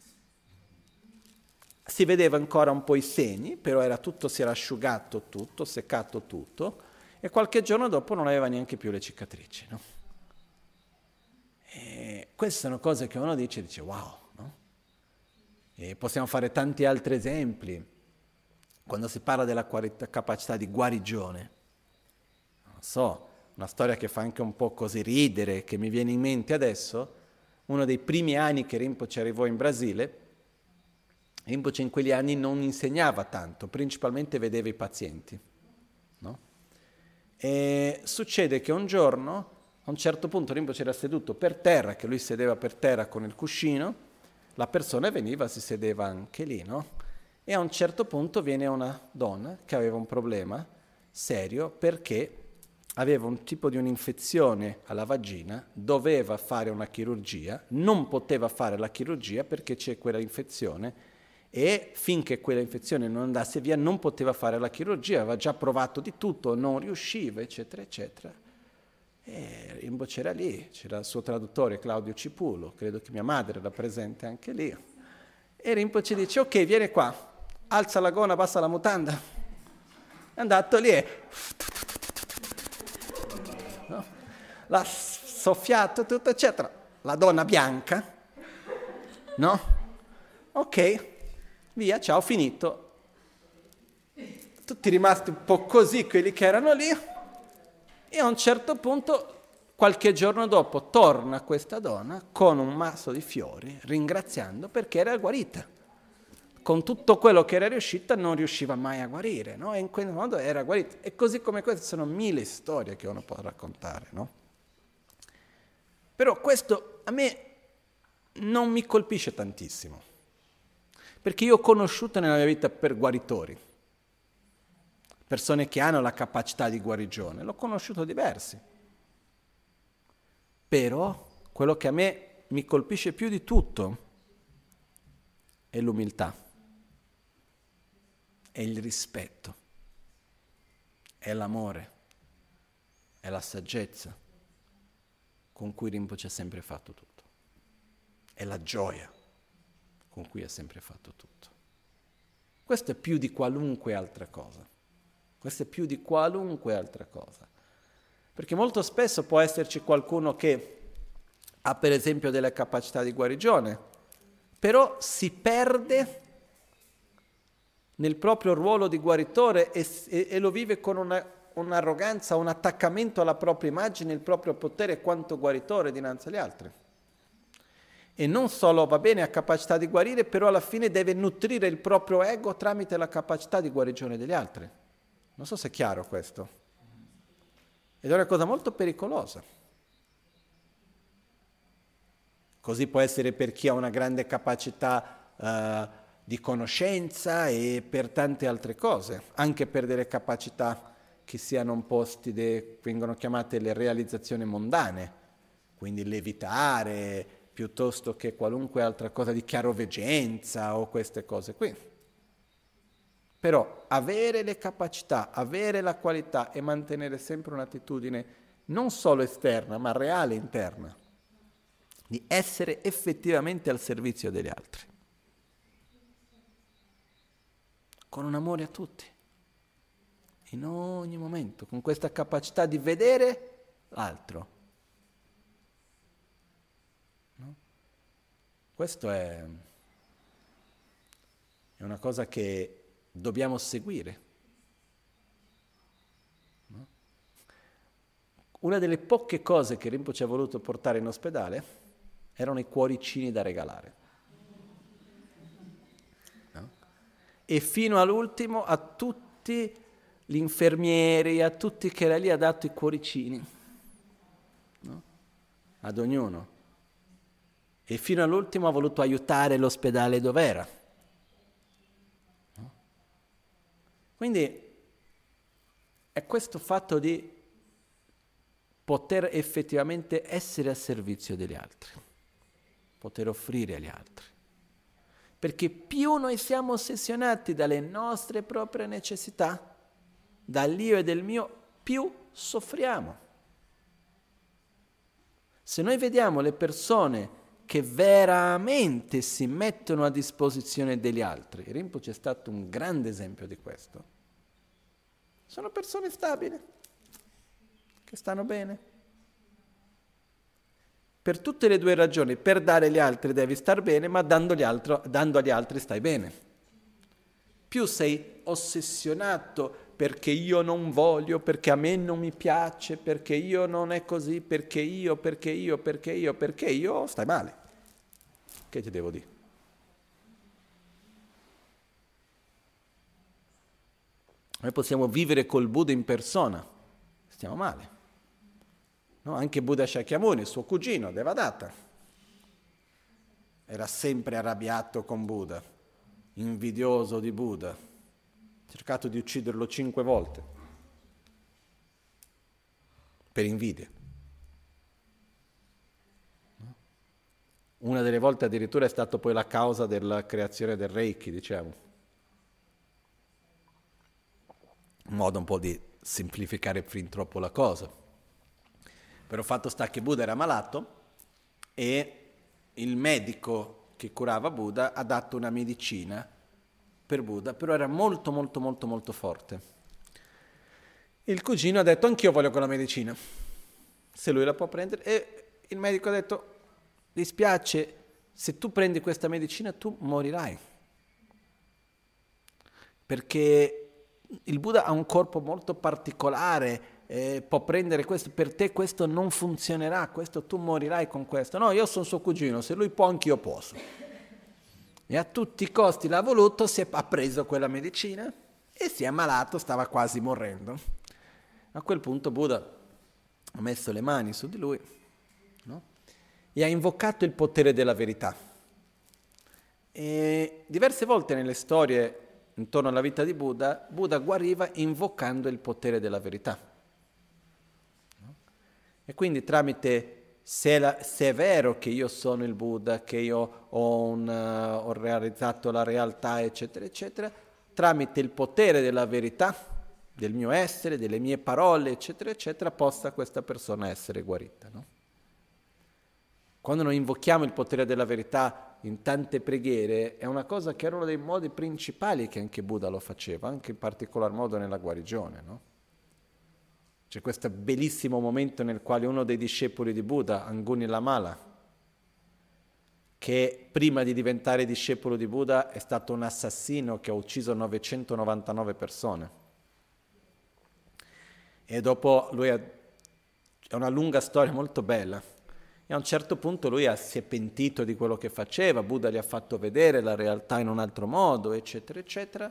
Si vedeva ancora un po' i segni, però si era asciugato tutto, seccato tutto, e qualche giorno dopo non aveva neanche più le cicatrici, no? E queste sono cose che uno dice wow, no? E possiamo fare tanti altri esempi. Quando si parla della capacità di guarigione, non so, una storia che fa anche un po' così ridere, che mi viene in mente adesso, uno dei primi anni che Rinpoche arrivò in Brasile, Rinpoche in quegli anni non insegnava tanto, principalmente vedeva i pazienti, no? E succede che un giorno, a un certo punto Rinpoche era seduto per terra, che lui sedeva per terra con il cuscino, la persona veniva, si sedeva anche lì, no? E a un certo punto viene una donna che aveva un problema serio perché aveva un tipo di un'infezione alla vagina, doveva fare una chirurgia, non poteva fare la chirurgia perché c'è quella infezione, e finché quella infezione non andasse via non poteva fare la chirurgia, aveva già provato di tutto, non riusciva, eccetera, eccetera. E Rinpoche era lì, c'era il suo traduttore Claudio Cipulo, credo che mia madre era presente anche lì. E Rinpoche dice, ok, vieni qua, alza la gonna, passa la mutanda. È andato lì e... no? L'ha soffiato, tutto, eccetera. La donna bianca, no? Ok, via, ciao, finito. Tutti rimasti un po' così, quelli che erano lì, e a un certo punto, qualche giorno dopo, torna questa donna con un masso di fiori, ringraziando perché era guarita. Con tutto quello che era riuscita non riusciva mai a guarire, no? E in quel modo era guarita. E così come queste sono 1000 storie che uno può raccontare, no? Però questo a me non mi colpisce tantissimo, perché io ho conosciuto nella mia vita per guaritori, persone che hanno la capacità di guarigione, l'ho conosciuto diversi. Però quello che a me mi colpisce più di tutto è l'umiltà, è il rispetto, è l'amore, è la saggezza con cui Rinpoche ha sempre fatto tutto, è la gioia con cui ha sempre fatto tutto. Questo è più di qualunque altra cosa. Questo è più di qualunque altra cosa. Perché molto spesso può esserci qualcuno che ha per esempio delle capacità di guarigione, però si perde nel proprio ruolo di guaritore e lo vive con un'arroganza, un attaccamento alla propria immagine, il proprio potere quanto guaritore dinanzi agli altri. E non solo va bene, ha capacità di guarire, però alla fine deve nutrire il proprio ego tramite la capacità di guarigione degli altri. Non so se è chiaro questo. Ed è una cosa molto pericolosa. Così può essere per chi ha una grande capacità di conoscenza e per tante altre cose, anche per delle capacità che siano vengono chiamate le realizzazioni mondane, quindi levitare, piuttosto che qualunque altra cosa di chiaroveggenza o queste cose qui. Però avere le capacità, avere la qualità e mantenere sempre un'attitudine non solo esterna, ma reale interna, di essere effettivamente al servizio degli altri, con un amore a tutti, in ogni momento, con questa capacità di vedere l'altro. No? Questo è una cosa che dobbiamo seguire. No? Una delle poche cose che Rinpoche ha voluto portare in ospedale erano i cuoricini da regalare. No? E fino all'ultimo a tutti gli infermieri, a tutti che era lì ha dato i cuoricini. No? Ad ognuno. E fino all'ultimo ha voluto aiutare l'ospedale dove era. No? Quindi è questo fatto di poter effettivamente essere a servizio degli altri, poter offrire agli altri. Perché più noi siamo ossessionati dalle nostre proprie necessità, dall'io e del mio, più soffriamo. Se noi vediamo le persone che veramente si mettono a disposizione degli altri, Rinpoche è stato un grande esempio di questo, sono persone stabili, che stanno bene. Per tutte le due ragioni, per dare agli altri devi star bene, ma dando agli altri stai bene. Più sei ossessionato perché io non voglio, perché a me non mi piace, perché io non è così, perché io, stai male. Che ti devo dire? Noi possiamo vivere col Buddha in persona, stiamo male. No? Anche Buddha Shakyamuni, suo cugino, Devadatta, era sempre arrabbiato con Buddha, invidioso di Buddha, ha cercato di ucciderlo 5 volte, per invidia. No? Una delle volte addirittura è stata poi la causa della creazione del Reiki, diciamo. Un modo un po' di semplificare fin troppo la cosa. Però fatto sta che Buddha era malato e il medico che curava Buddha ha dato una medicina per Buddha, però era molto molto molto molto forte. Il cugino ha detto anch'io voglio quella medicina, se lui la può prendere, e il medico ha detto dispiace, se tu prendi questa medicina tu morirai, perché il Buddha ha un corpo molto particolare, può prendere questo, per te questo non funzionerà, questo tu morirai con questo. No, io sono suo cugino, se lui può anch'io posso. E a tutti i costi l'ha voluto, ha preso quella medicina e si è ammalato, stava quasi morendo. A quel punto Buddha ha messo le mani su di lui, no? E ha invocato il potere della verità. E diverse volte nelle storie intorno alla vita di Buddha, Buddha guariva invocando il potere della verità. No? E quindi tramite, se è vero che io sono il Buddha, che io ho realizzato la realtà, eccetera, eccetera, tramite il potere della verità, del mio essere, delle mie parole, eccetera, eccetera, possa questa persona essere guarita. No? Quando noi invochiamo il potere della verità in tante preghiere, è una cosa che era uno dei modi principali che anche Buddha lo faceva, anche in particolar modo nella guarigione, no? C'è questo bellissimo momento nel quale uno dei discepoli di Buddha, Angulimala Mala, che prima di diventare discepolo di Buddha è stato un assassino che ha ucciso 999 persone. E dopo è una lunga storia molto bella. E a un certo punto lui si è pentito di quello che faceva, Buddha gli ha fatto vedere la realtà in un altro modo, eccetera, eccetera.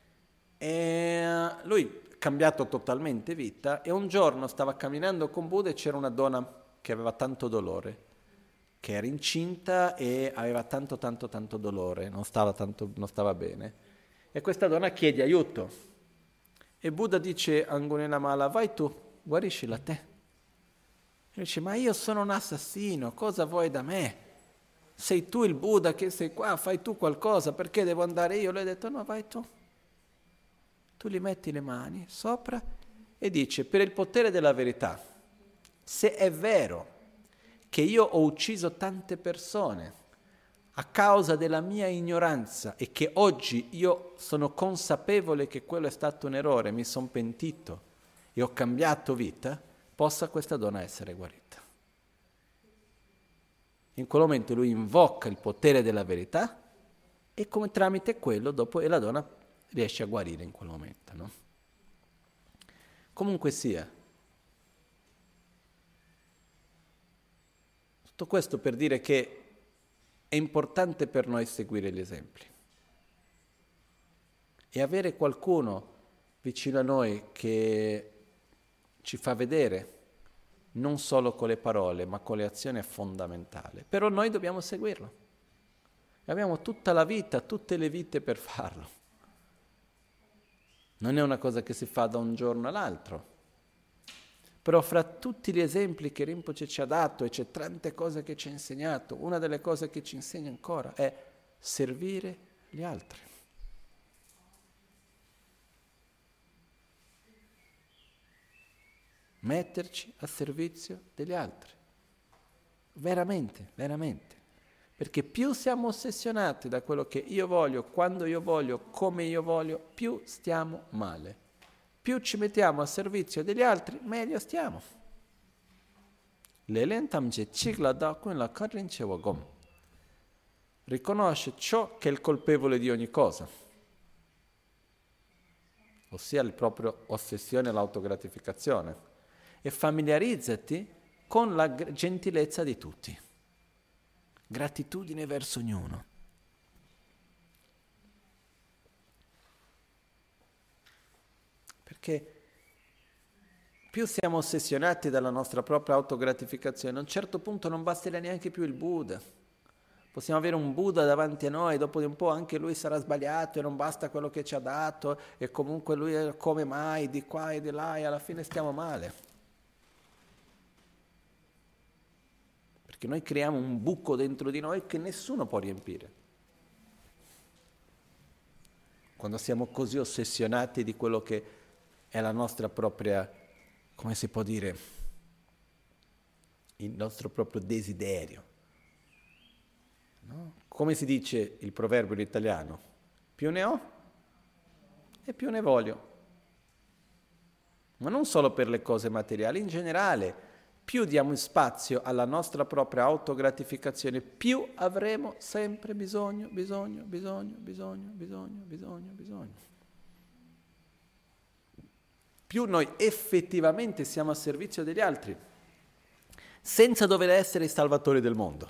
E lui ha cambiato totalmente vita e un giorno stava camminando con Buddha e c'era una donna che aveva tanto dolore, che era incinta e aveva tanto dolore, non stava bene. E questa donna chiede aiuto. E Buddha dice a Angulimala Mala, vai tu, guariscila te. E dice, ma io sono un assassino, cosa vuoi da me? Sei tu il Buddha che sei qua, fai tu qualcosa, perché devo andare io? Lui ha detto, no, vai tu. Tu gli metti le mani sopra e dice, per il potere della verità, se è vero che io ho ucciso tante persone a causa della mia ignoranza e che oggi io sono consapevole che quello è stato un errore, mi sono pentito e ho cambiato vita, possa questa donna essere guarita. In quel momento lui invoca il potere della verità e come tramite quello dopo la donna riesce a guarire in quel momento, no? Comunque sia, tutto questo per dire che è importante per noi seguire gli esempi e avere qualcuno vicino a noi che ci fa vedere non solo con le parole ma con le azioni è fondamentale, però noi dobbiamo seguirlo e abbiamo tutta la vita, tutte le vite per farlo. Non è una cosa che si fa da un giorno all'altro, però fra tutti gli esempi che Rinpoche ci ha dato e c'è tante cose che ci ha insegnato, una delle cose che ci insegna ancora è servire gli altri. Metterci a servizio degli altri. Veramente, veramente. Perché più siamo ossessionati da quello che io voglio, quando io voglio, come io voglio, più stiamo male. Più ci mettiamo a servizio degli altri, meglio stiamo. Riconosce ciò che è il colpevole di ogni cosa, ossia la propria ossessione e l'autogratificazione, e familiarizzati con la gentilezza di tutti. Gratitudine verso ognuno. Perché più siamo ossessionati dalla nostra propria autogratificazione, a un certo punto non basterà neanche più il Buddha. Possiamo avere un Buddha davanti a noi, dopo di un po' anche lui sarà sbagliato e non basta quello che ci ha dato e comunque lui è come mai, di qua e di là, e alla fine stiamo male. Perché noi creiamo un buco dentro di noi che nessuno può riempire. Quando siamo così ossessionati di quello che è la nostra propria, come si può dire, il nostro proprio desiderio. No? Come si dice il proverbio in italiano? Più ne ho, e più ne voglio. Ma non solo per le cose materiali, in generale, più diamo spazio alla nostra propria autogratificazione, più avremo sempre bisogno. Più noi effettivamente siamo a servizio degli altri, senza dover essere i salvatori del mondo,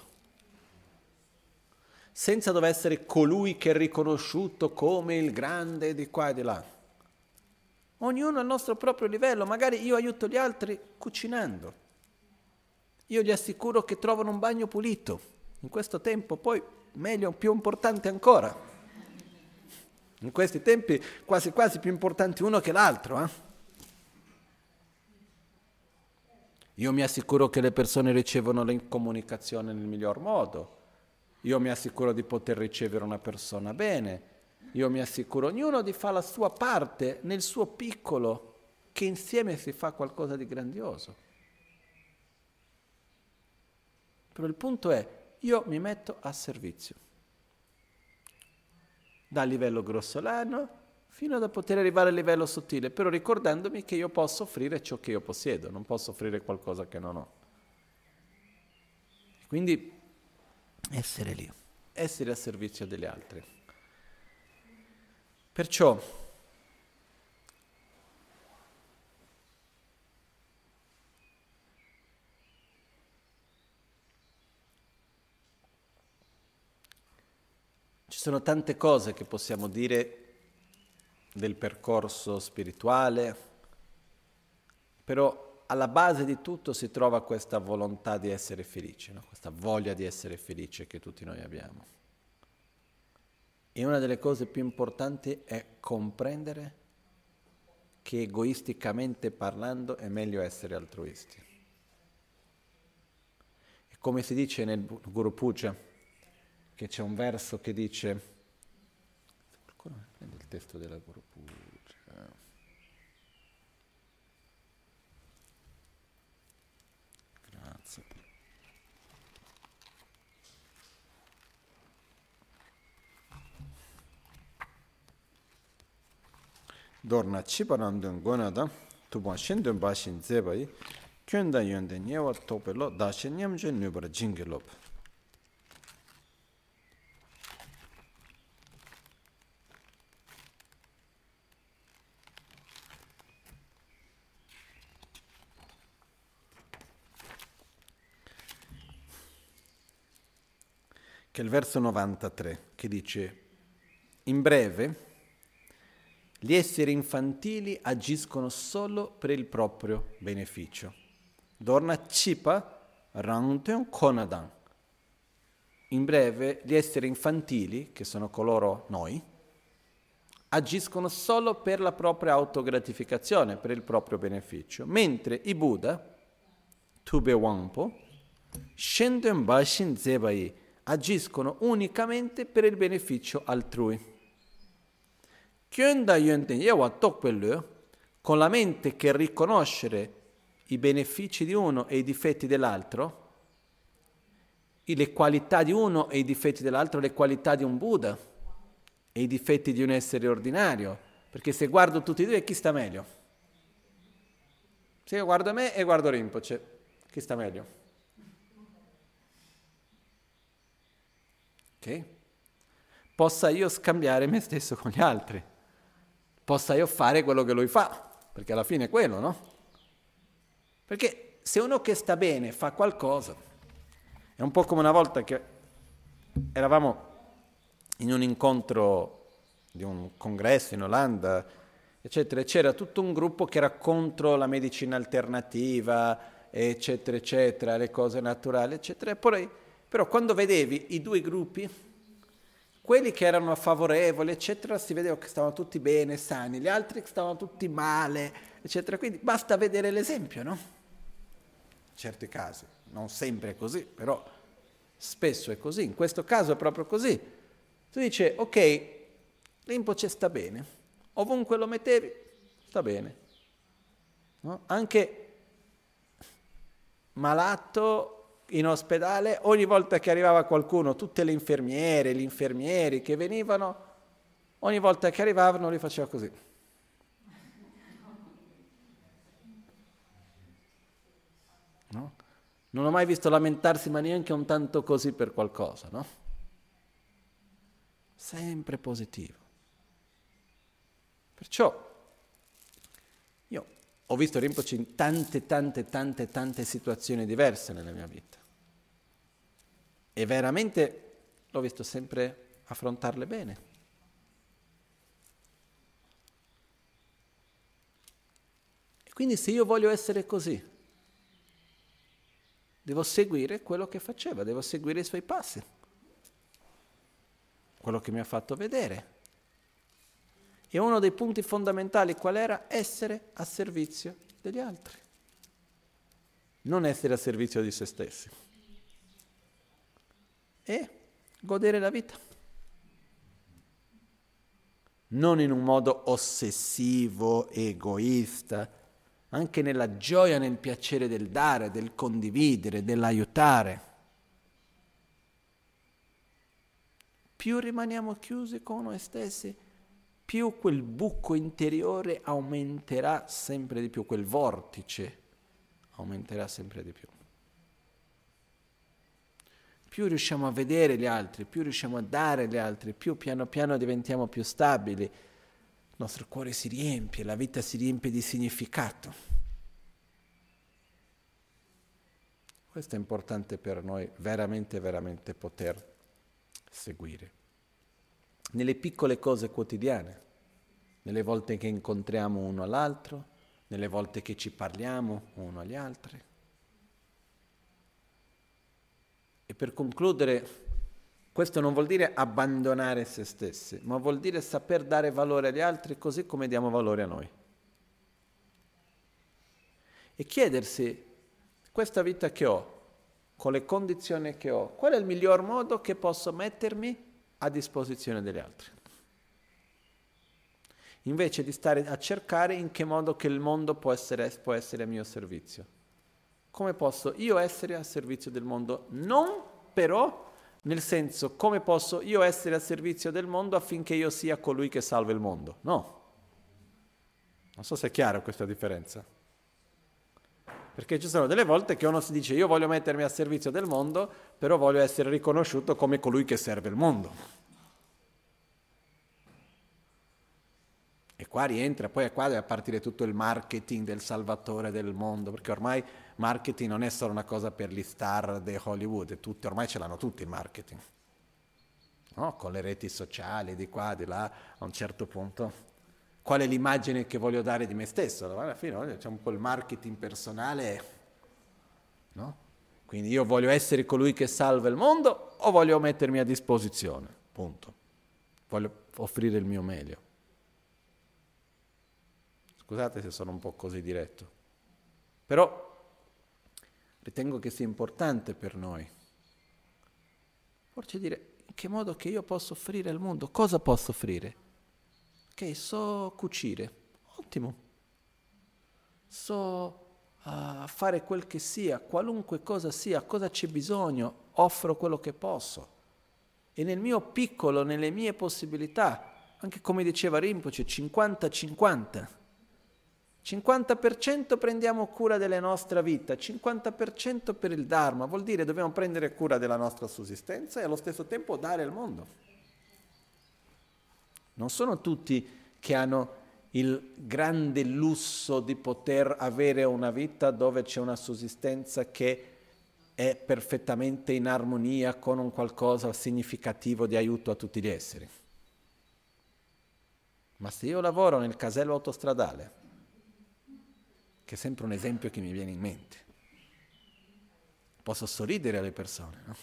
senza dover essere colui che è riconosciuto come il grande di qua e di là. Ognuno al nostro proprio livello, magari io aiuto gli altri cucinando, io gli assicuro che trovano un bagno pulito, in questo tempo poi meglio, più importante ancora, in questi tempi quasi quasi più importante uno che l'altro, Io mi assicuro che le persone ricevono la comunicazione nel miglior modo, io mi assicuro di poter ricevere una persona bene, io mi assicuro ognuno di fare la sua parte nel suo piccolo, che insieme si fa qualcosa di grandioso. Però il punto è, io mi metto a servizio, dal livello grossolano fino a poter arrivare al livello sottile, però ricordandomi che io posso offrire ciò che io possiedo, non posso offrire qualcosa che non ho. Quindi essere lì, essere a servizio degli altri. Perciò ci sono tante cose che possiamo dire del percorso spirituale, però alla base di tutto si trova questa volontà di essere felici, no? Questa voglia di essere felice che tutti noi abbiamo. E una delle cose più importanti è comprendere che egoisticamente parlando è meglio essere altruisti. E come si dice nel Guru Puja, che c'è un verso che dice, qualcuno prende il testo della Guru Puja, grazie. Dorna Chiparandun Gonada, Tuban Shindun Bashin Zebai, Kyunda Yonden Yewa Topelo, Dashin Yamjen Nubra Jingelop. Che è il verso 93, che dice, in breve, gli esseri infantili agiscono solo per il proprio beneficio. Dorna Chipa Rangten Konadan. In breve, gli esseri infantili, che sono coloro noi, agiscono solo per la propria autogratificazione, per il proprio beneficio, mentre i Buddha, Tube Wampo, Shenden Bashin Zebai, agiscono unicamente per il beneficio altrui. Con la mente che riconoscere i benefici di uno e i difetti dell'altro, le qualità di uno e i difetti dell'altro, le qualità di un Buddha e i difetti di un essere ordinario, perché se guardo tutti e due, chi sta meglio? Se io guardo me e guardo Rinpoche, chi sta meglio? Ok? Possa io scambiare me stesso con gli altri, possa io fare quello che lui fa, perché alla fine è quello, no? Perché se uno che sta bene fa qualcosa, è un po' come una volta che eravamo in un incontro di un congresso in Olanda, eccetera, e c'era tutto un gruppo che era contro la medicina alternativa, eccetera, eccetera, le cose naturali, eccetera, e poi, però quando vedevi i due gruppi, quelli che erano favorevoli, eccetera, si vedeva che stavano tutti bene, sani, gli altri che stavano tutti male, eccetera. Quindi basta vedere l'esempio, no? In certi casi, non sempre è così, però spesso è così. In questo caso è proprio così. Tu dici, ok, Rinpoche sta bene, ovunque lo mettevi, sta bene. No? Anche malato, in ospedale, ogni volta che arrivava qualcuno, tutte le infermiere, gli infermieri che venivano, ogni volta che arrivavano li faceva così. Non ho mai visto lamentarsi, ma neanche un tanto così per qualcosa, no? Sempre positivo. Perciò io ho visto Rinpoche in tante situazioni diverse nella mia vita. E veramente l'ho visto sempre affrontarle bene. E quindi se io voglio essere così, devo seguire quello che faceva, devo seguire i suoi passi, quello che mi ha fatto vedere. E uno dei punti fondamentali qual era? Essere a servizio degli altri, non essere a servizio di se stessi. E godere la vita. Non in un modo ossessivo, egoista, anche nella gioia, nel piacere del dare, del condividere, dell'aiutare. Più rimaniamo chiusi con noi stessi, più quel buco interiore aumenterà sempre di più, quel vortice aumenterà sempre di più. Più riusciamo a vedere gli altri, più riusciamo a dare agli altri, più piano piano diventiamo più stabili, il nostro cuore si riempie, la vita si riempie di significato. Questo è importante per noi, veramente poter seguire. Nelle piccole cose quotidiane, nelle volte che incontriamo uno all'altro, nelle volte che ci parliamo uno agli altri. E per concludere, questo non vuol dire abbandonare se stessi, ma vuol dire saper dare valore agli altri così come diamo valore a noi. E chiedersi, questa vita che ho, con le condizioni che ho, qual è il miglior modo che posso mettermi a disposizione degli altri? Invece di stare a cercare in che modo che il mondo può essere a mio servizio. Come posso io essere a servizio del mondo? Non però nel senso, come posso io essere a servizio del mondo affinché io sia colui che salva il mondo? No. Non so se è chiara questa differenza. Perché ci sono delle volte che uno si dice io voglio mettermi a servizio del mondo, però voglio essere riconosciuto come colui che serve il mondo. E qua rientra, poi qua deve partire tutto il marketing del salvatore del mondo, perché ormai marketing non è solo una cosa per gli star di Hollywood, tutti, ormai ce l'hanno tutti il marketing, no? Con le reti sociali, di qua, di là, a un certo punto. Qual è l'immagine che voglio dare di me stesso? Alla fine c'è un po' il marketing personale, no? Quindi io voglio essere colui che salva il mondo o voglio mettermi a disposizione, punto. Voglio offrire il mio meglio. Scusate se sono un po' così diretto, però ritengo che sia importante per noi forse dire in che modo che io posso offrire al mondo, cosa posso offrire? Ok, so cucire, ottimo, so fare quel che sia, qualunque cosa sia, cosa c'è bisogno, offro quello che posso e nel mio piccolo, nelle mie possibilità, anche come diceva Rinpoche, 50-50. 50% prendiamo cura della nostra vita, 50% per il Dharma, vuol dire dobbiamo prendere cura della nostra sussistenza e allo stesso tempo dare al mondo. Non sono tutti che hanno il grande lusso di poter avere una vita dove c'è una sussistenza che è perfettamente in armonia con un qualcosa significativo di aiuto a tutti gli esseri. Ma se io lavoro nel casello autostradale, che è sempre un esempio che mi viene in mente, posso sorridere alle persone, no?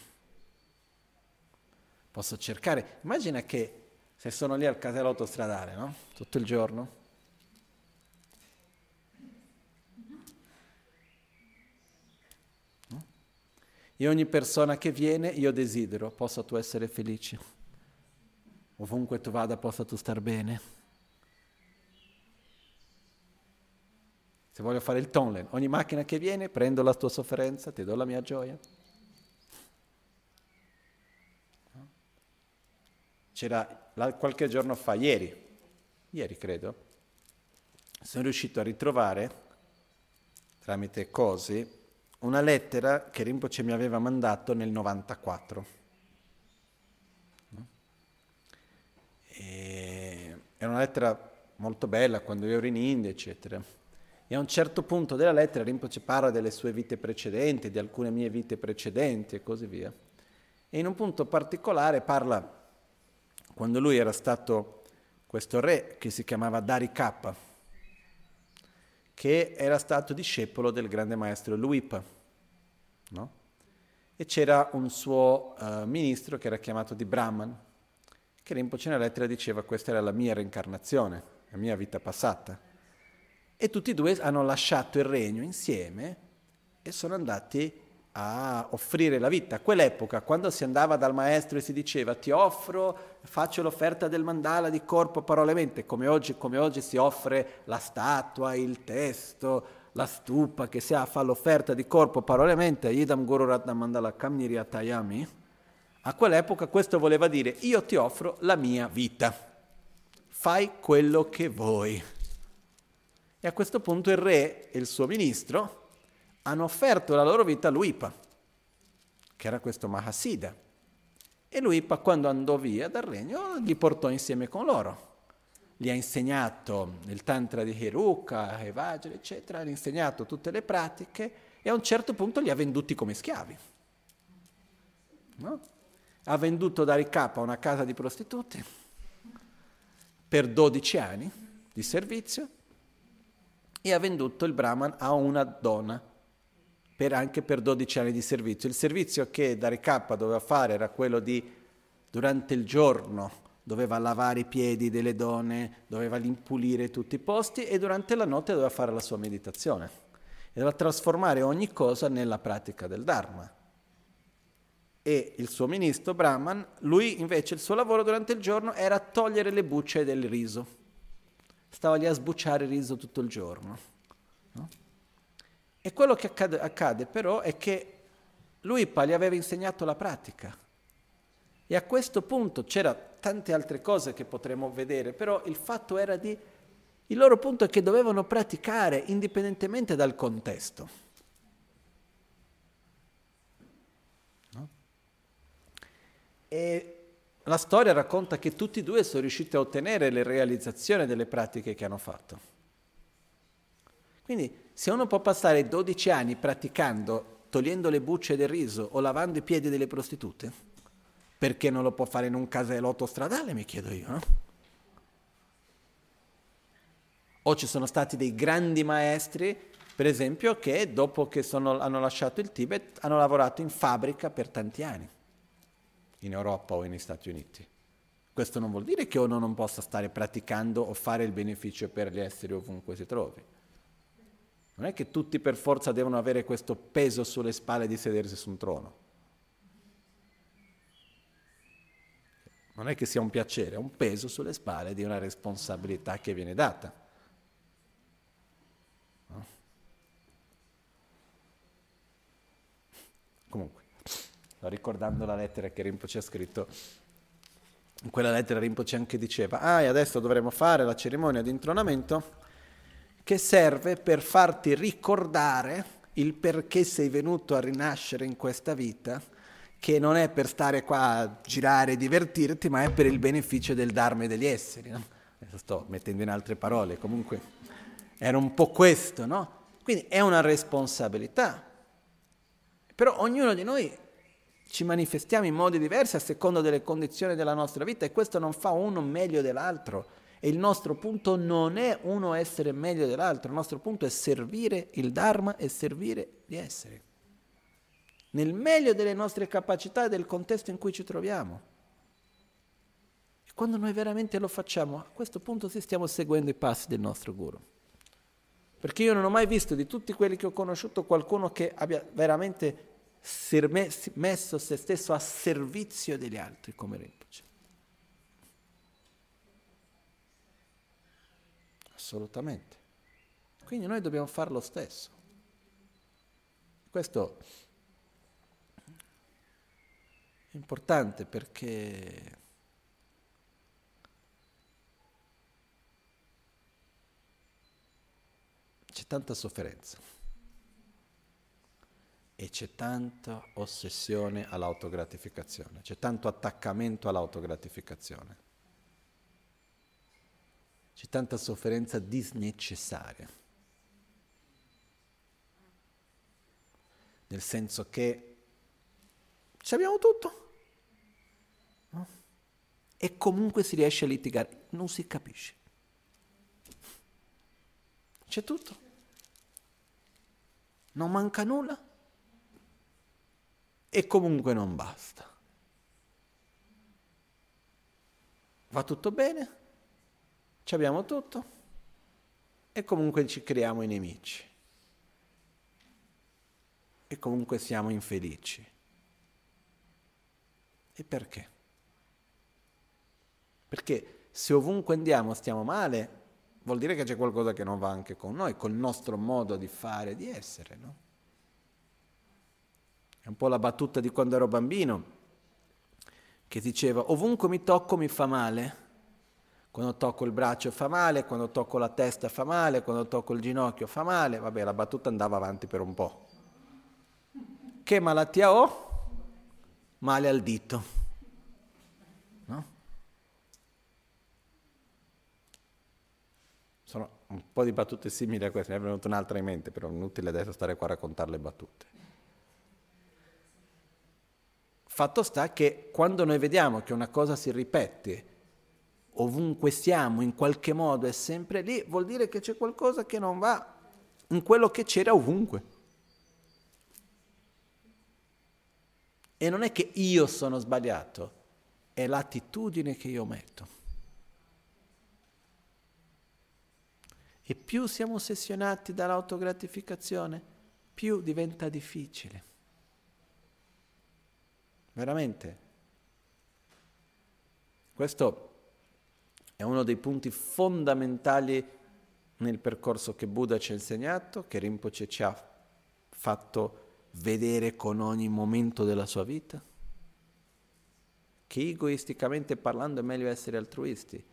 Posso cercare, immagina che se sono lì al casello autostradale, no? Tutto il giorno, no? E ogni persona che viene io desidero, possa tu essere felice, ovunque tu vada possa tu star bene. Se voglio fare il Tonglen, ogni macchina che viene, prendo la tua sofferenza, ti do la mia gioia. C'era qualche giorno fa, ieri credo, sono riuscito a ritrovare, tramite Cosi, una lettera che Rinpoche mi aveva mandato nel 94. Era una lettera molto bella quando io ero in India, eccetera. E a un certo punto della lettera Rinpoche parla delle sue vite precedenti, di alcune mie vite precedenti e così via. E in un punto particolare parla quando lui era stato questo re che si chiamava Dharikappa, che era stato discepolo del grande maestro Luipa, no? E c'era un suo ministro che era chiamato di Brahman, che Rinpoche nella lettera diceva questa era la mia reincarnazione, la mia vita passata. E tutti e due hanno lasciato il regno insieme e sono andati a offrire la vita. A quell'epoca, quando si andava dal maestro e si diceva ti offro, faccio l'offerta del mandala di corpo, parole, mente, come oggi si offre la statua, il testo, la stupa, che si fa l'offerta di corpo, parole, mente, idam guru ratna mandala kamniriyatayami. A quell'epoca questo voleva dire io ti offro la mia vita, fai quello che vuoi. E a questo punto il re e il suo ministro hanno offerto la loro vita a Luipa, che era questo Mahasiddha. E Luipa, quando andò via dal regno, li portò insieme con loro. Gli ha insegnato il tantra di Heruka, Evajra, eccetera, gli ha insegnato tutte le pratiche e a un certo punto li ha venduti come schiavi. No? Ha venduto Dharikappa a una casa di prostitute per 12 anni di servizio e ha venduto il Brahman a una donna anche per 12 anni di servizio. Il servizio che Dharikappa doveva fare era quello di, durante il giorno, doveva lavare i piedi delle donne, doveva pulire tutti i posti e durante la notte doveva fare la sua meditazione. E doveva trasformare ogni cosa nella pratica del Dharma. E il suo ministro, Brahman, lui invece il suo lavoro durante il giorno era togliere le bucce del riso. Stava lì a sbucciare il riso tutto il giorno. No? E quello che accade però è che Luipa gli aveva insegnato la pratica. E a questo punto c'era tante altre cose che potremmo vedere, però il fatto era il loro punto è che dovevano praticare indipendentemente dal contesto. No? E la storia racconta che tutti e due sono riusciti a ottenere le realizzazioni delle pratiche che hanno fatto. Quindi se uno può passare 12 anni praticando, togliendo le bucce del riso o lavando i piedi delle prostitute, perché non lo può fare in un caselotto stradale, mi chiedo io, no? O ci sono stati dei grandi maestri, per esempio, che dopo che hanno lasciato il Tibet hanno lavorato in fabbrica per tanti anni, in Europa o negli Stati Uniti. Questo non vuol dire che uno non possa stare praticando o fare il beneficio per gli esseri ovunque si trovi. Non è che tutti per forza devono avere questo peso sulle spalle di sedersi su un trono. Non è che sia un piacere, è un peso sulle spalle di una responsabilità che viene data. No? Comunque, sto ricordando la lettera che Rinpoche ha scritto. In quella lettera Rinpoche anche diceva e adesso dovremo fare la cerimonia di intronamento che serve per farti ricordare il perché sei venuto a rinascere in questa vita, che non è per stare qua a girare e divertirti, ma è per il beneficio del Dharma e degli esseri. No? Adesso sto mettendo in altre parole, comunque era un po' questo, no? Quindi è una responsabilità. Però ognuno di noi ci manifestiamo in modi diversi a seconda delle condizioni della nostra vita e questo non fa uno meglio dell'altro. E il nostro punto non è uno essere meglio dell'altro, il nostro punto è servire il Dharma e servire gli esseri. Nel meglio delle nostre capacità e del contesto in cui ci troviamo. E quando noi veramente lo facciamo, a questo punto sì stiamo seguendo i passi del nostro Guru. Perché io non ho mai visto di tutti quelli che ho conosciuto qualcuno che abbia veramente messo se stesso a servizio degli altri come Rinpoche. Assolutamente. Quindi noi dobbiamo fare lo stesso. Questo è importante perché c'è tanta sofferenza. E c'è tanta ossessione all'autogratificazione, c'è tanto attaccamento all'autogratificazione, c'è tanta sofferenza disnecessaria, nel senso che ci abbiamo tutto, no? E comunque si riesce a litigare, non si capisce. C'è tutto, non manca nulla. E comunque non basta. Va tutto bene, ci abbiamo tutto, e comunque ci creiamo i nemici. E comunque siamo infelici. E perché? Perché se ovunque andiamo stiamo male, vuol dire che c'è qualcosa che non va anche con noi, col nostro modo di fare e di essere, no? È un po' la battuta di quando ero bambino, che diceva: ovunque mi tocco mi fa male. Quando tocco il braccio fa male, quando tocco la testa fa male, quando tocco il ginocchio fa male. Vabbè, la battuta andava avanti per un po'. Che malattia ho? Male al dito. No? Sono un po' di battute simili a queste, ne è venuta un'altra in mente, però è inutile adesso stare qua a raccontare le battute. Fatto sta che quando noi vediamo che una cosa si ripete, ovunque siamo, in qualche modo è sempre lì, vuol dire che c'è qualcosa che non va in quello che c'era ovunque. E non è che io sono sbagliato, è l'attitudine che io metto. E più siamo ossessionati dall'autogratificazione, più diventa difficile. Veramente. Questo è uno dei punti fondamentali nel percorso che Buddha ci ha insegnato, che Rinpoche ci ha fatto vedere con ogni momento della sua vita, che egoisticamente parlando è meglio essere altruisti,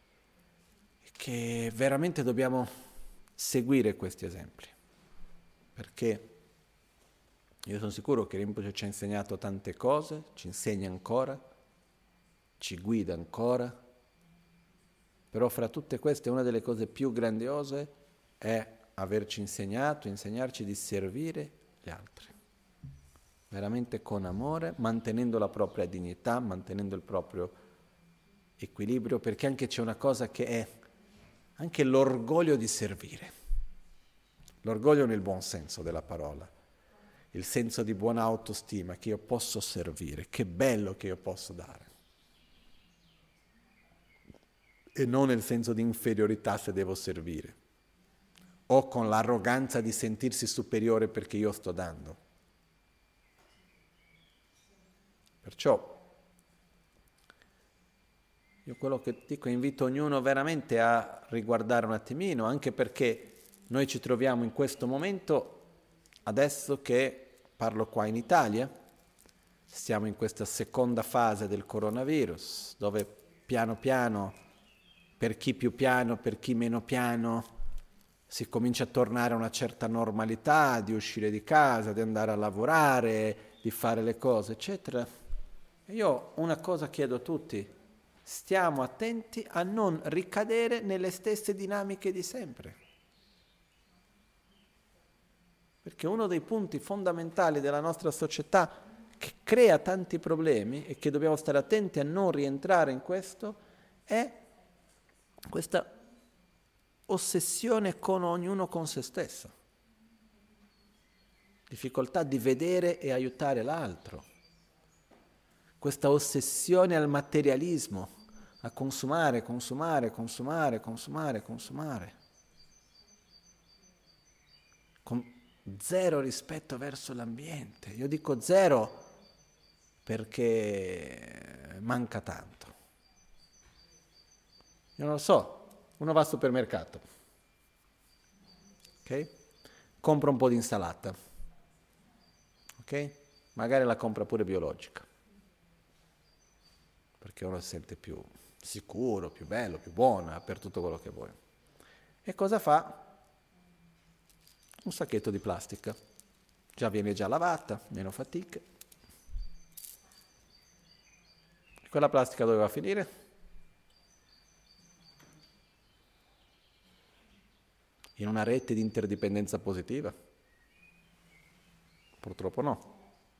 che veramente dobbiamo seguire questi esempi, perché io sono sicuro che Rinpoche ci ha insegnato tante cose, ci insegna ancora, ci guida ancora, però fra tutte queste una delle cose più grandiose è averci insegnato, insegnarci di servire gli altri, veramente con amore, mantenendo la propria dignità, mantenendo il proprio equilibrio, perché anche c'è una cosa che è anche l'orgoglio di servire, l'orgoglio nel buon senso della parola, il senso di buona autostima, che io posso servire, che bello che io posso dare. E non nel senso di inferiorità se devo servire, o con l'arroganza di sentirsi superiore perché io sto dando. Perciò, io quello che dico, invito ognuno veramente a riguardare un attimino, anche perché noi ci troviamo in questo momento, adesso che parlo qua in Italia, siamo in questa seconda fase del coronavirus, dove piano piano, per chi più piano, per chi meno piano, si comincia a tornare a una certa normalità, di uscire di casa, di andare a lavorare, di fare le cose, eccetera. E io una cosa chiedo a tutti: stiamo attenti a non ricadere nelle stesse dinamiche di sempre. Perché uno dei punti fondamentali della nostra società che crea tanti problemi e che dobbiamo stare attenti a non rientrare in questo è questa ossessione con ognuno con se stesso, difficoltà di vedere e aiutare l'altro, questa ossessione al materialismo, a consumare, consumare, consumare, consumare, consumare, con zero rispetto verso l'ambiente. Io dico zero perché manca tanto. Io non lo so, uno va al supermercato, ok? Compra un po' di insalata, ok? Magari la compra pure biologica, perché uno si sente più sicuro, più bello, più buona per tutto quello che vuoi. E cosa fa? Un sacchetto di plastica, viene già lavata, meno fatica. Quella plastica doveva finire? In una rete di interdipendenza positiva? Purtroppo no.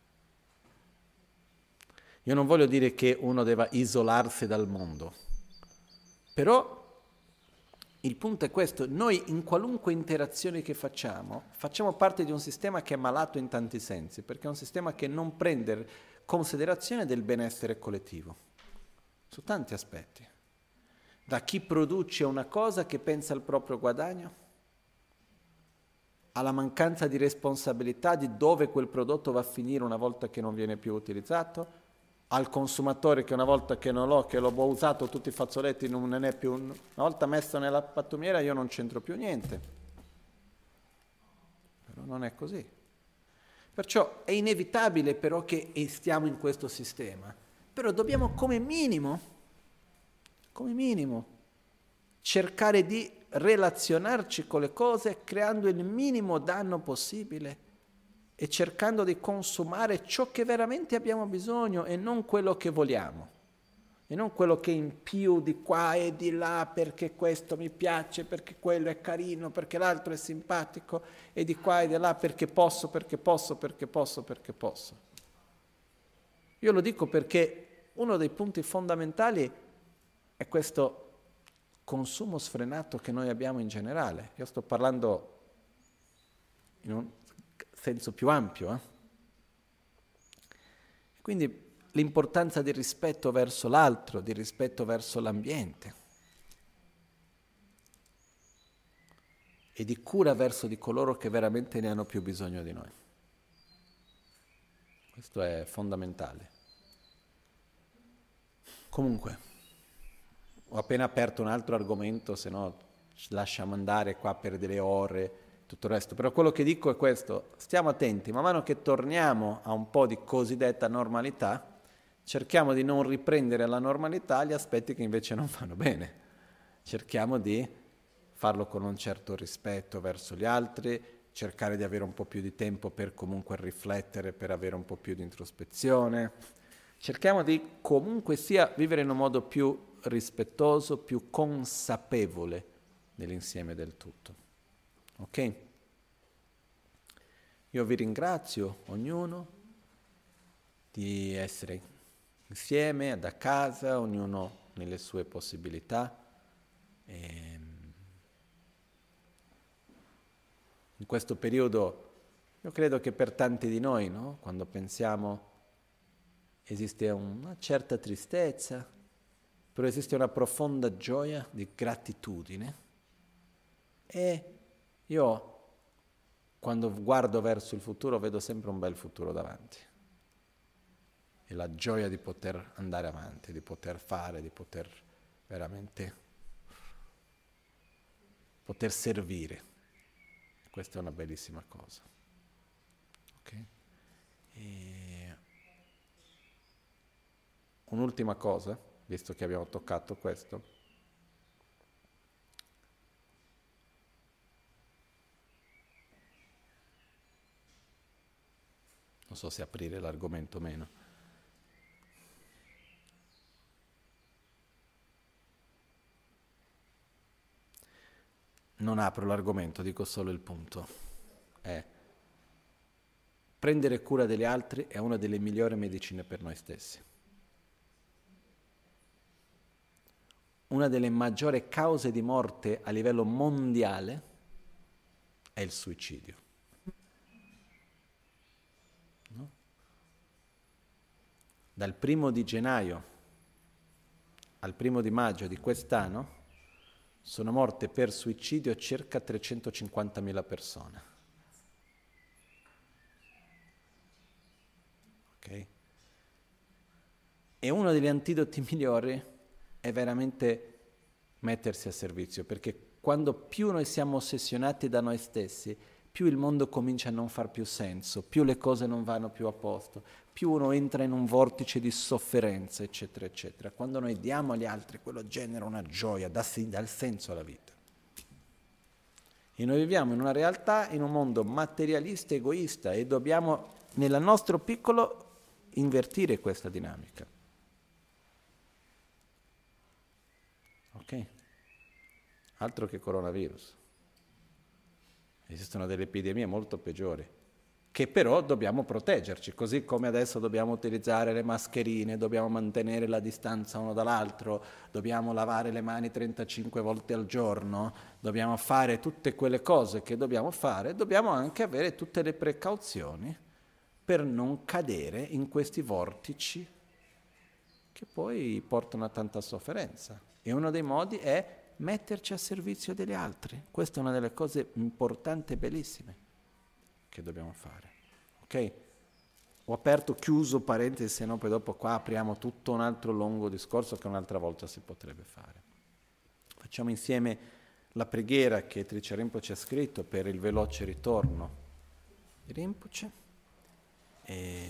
Io non voglio dire che uno debba isolarsi dal mondo, però il punto è questo: noi in qualunque interazione che facciamo parte di un sistema che è malato in tanti sensi, perché è un sistema che non prende considerazione del benessere collettivo, su tanti aspetti. Da chi produce una cosa che pensa al proprio guadagno, alla mancanza di responsabilità di dove quel prodotto va a finire una volta che non viene più utilizzato, al consumatore che una volta che l'ho usato tutti i fazzoletti non è più, una volta messo nella pattumiera io non c'entro più niente. Però non è così. Perciò è inevitabile però che stiamo in questo sistema, però dobbiamo come minimo, cercare di relazionarci con le cose creando il minimo danno possibile e cercando di consumare ciò che veramente abbiamo bisogno e non quello che vogliamo, e non quello che in più di qua e di là perché questo mi piace, perché quello è carino, perché l'altro è simpatico, e di qua e di là perché posso. Io lo dico perché uno dei punti fondamentali è questo consumo sfrenato che noi abbiamo in generale. Io sto parlando in un senso più ampio. Quindi l'importanza di rispetto verso l'altro, di rispetto verso l'ambiente e di cura verso di coloro che veramente ne hanno più bisogno di noi. Questo è fondamentale. Comunque, ho appena aperto un altro argomento, se no ci lasciamo andare qua per delle ore, tutto il resto. Però quello che dico è questo: stiamo attenti, man mano che torniamo a un po' di cosiddetta normalità, cerchiamo di non riprendere alla normalità gli aspetti che invece non vanno bene. Cerchiamo di farlo con un certo rispetto verso gli altri, cercare di avere un po' più di tempo per comunque riflettere, per avere un po' più di introspezione. Cerchiamo di comunque sia vivere in un modo più rispettoso, più consapevole nell'insieme del tutto. Ok? Io vi ringrazio ognuno di essere insieme, da casa, ognuno nelle sue possibilità. In questo periodo io credo che per tanti di noi, no? Quando pensiamo, esiste una certa tristezza, però esiste una profonda gioia di gratitudine. E io, quando guardo verso il futuro, vedo sempre un bel futuro davanti. E la gioia di poter andare avanti, di poter fare, di poter veramente poter servire. Questa è una bellissima cosa. Okay? Un'ultima cosa, visto che abbiamo toccato questo. Non so se aprire l'argomento o meno. Non apro l'argomento, dico solo il punto. Prendere cura degli altri è una delle migliori medicine per noi stessi. Una delle maggiori cause di morte a livello mondiale è il suicidio. No? Dal 1 di gennaio al 1 di maggio di quest'anno sono morte per suicidio circa 350.000 persone. Ok? E uno degli antidoti migliori è veramente mettersi a servizio, perché quando più noi siamo ossessionati da noi stessi, più il mondo comincia a non far più senso, più le cose non vanno più a posto, più uno entra in un vortice di sofferenza, eccetera, eccetera. Quando noi diamo agli altri, quello genera una gioia, dà il senso alla vita. E noi viviamo in una realtà, in un mondo materialista e egoista e dobbiamo, nel nostro piccolo, invertire questa dinamica. Ok? Altro che coronavirus. Esistono delle epidemie molto peggiori, che però dobbiamo proteggerci, così come adesso dobbiamo utilizzare le mascherine, dobbiamo mantenere la distanza uno dall'altro, dobbiamo lavare le mani 35 volte al giorno, dobbiamo fare tutte quelle cose che dobbiamo fare, dobbiamo anche avere tutte le precauzioni per non cadere in questi vortici che poi portano a tanta sofferenza. E uno dei modi è metterci a servizio degli altri. Questa è una delle cose importanti e bellissime che dobbiamo fare. Ok? Ho aperto, chiuso parentesi, se no poi dopo qua apriamo tutto un altro lungo discorso che un'altra volta si potrebbe fare. Facciamo insieme la preghiera che Tricea Rinpoche ha scritto per il veloce ritorno di Rinpoche. E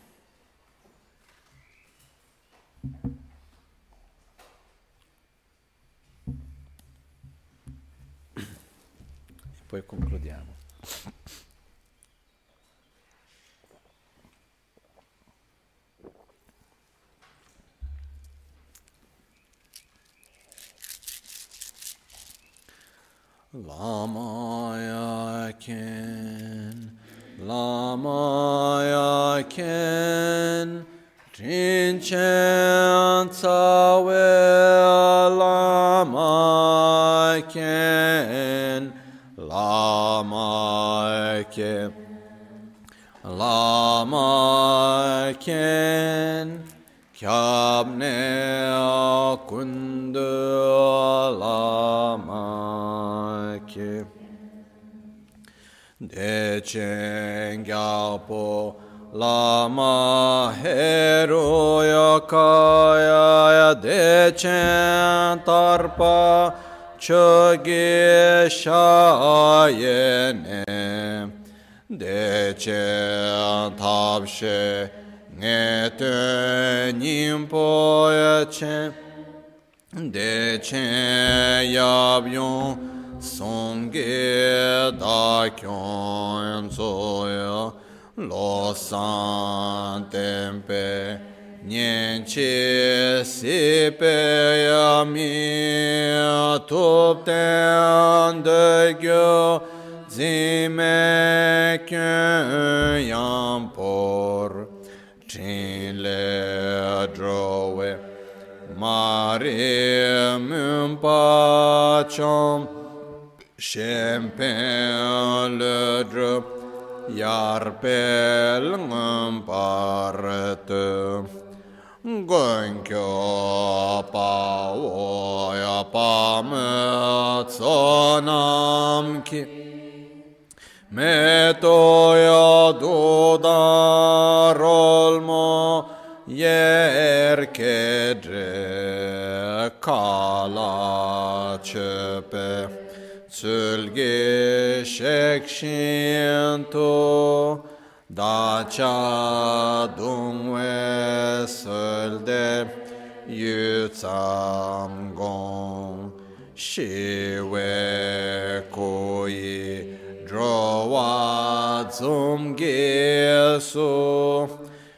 poi concludiamo. Lama Yaken, Lama Yaken, Trinchen Tsawe Lama Yaken, Lama Yaken, Lama Yaken, Kyabne Akundu Lama Yaken, Dechen Gyalpo Lama Heru Yakaya Dechen Tarpa Chogi Shayene Dechen Tapshe Ngete Nimpo Yachen Dechen Yabyon Songge Da Kyon Zoya Lo San Tempe Nienchi Sipe Yami Tup Ten De Gyo Zime Kyon Yampor Chin Le Drowe Mari Mumpa Chom Shempen Le Dro Yarpel Ngumparete Gonkyo Pa Woya Pa Me Tsonam Ki Metoya Duda Rolmo Yerkedre Kala Chepe Sülge Shekshinto Dacha Dungwe Sölde Yutsam Gong Shiwe Koyi Drowa Zumge Su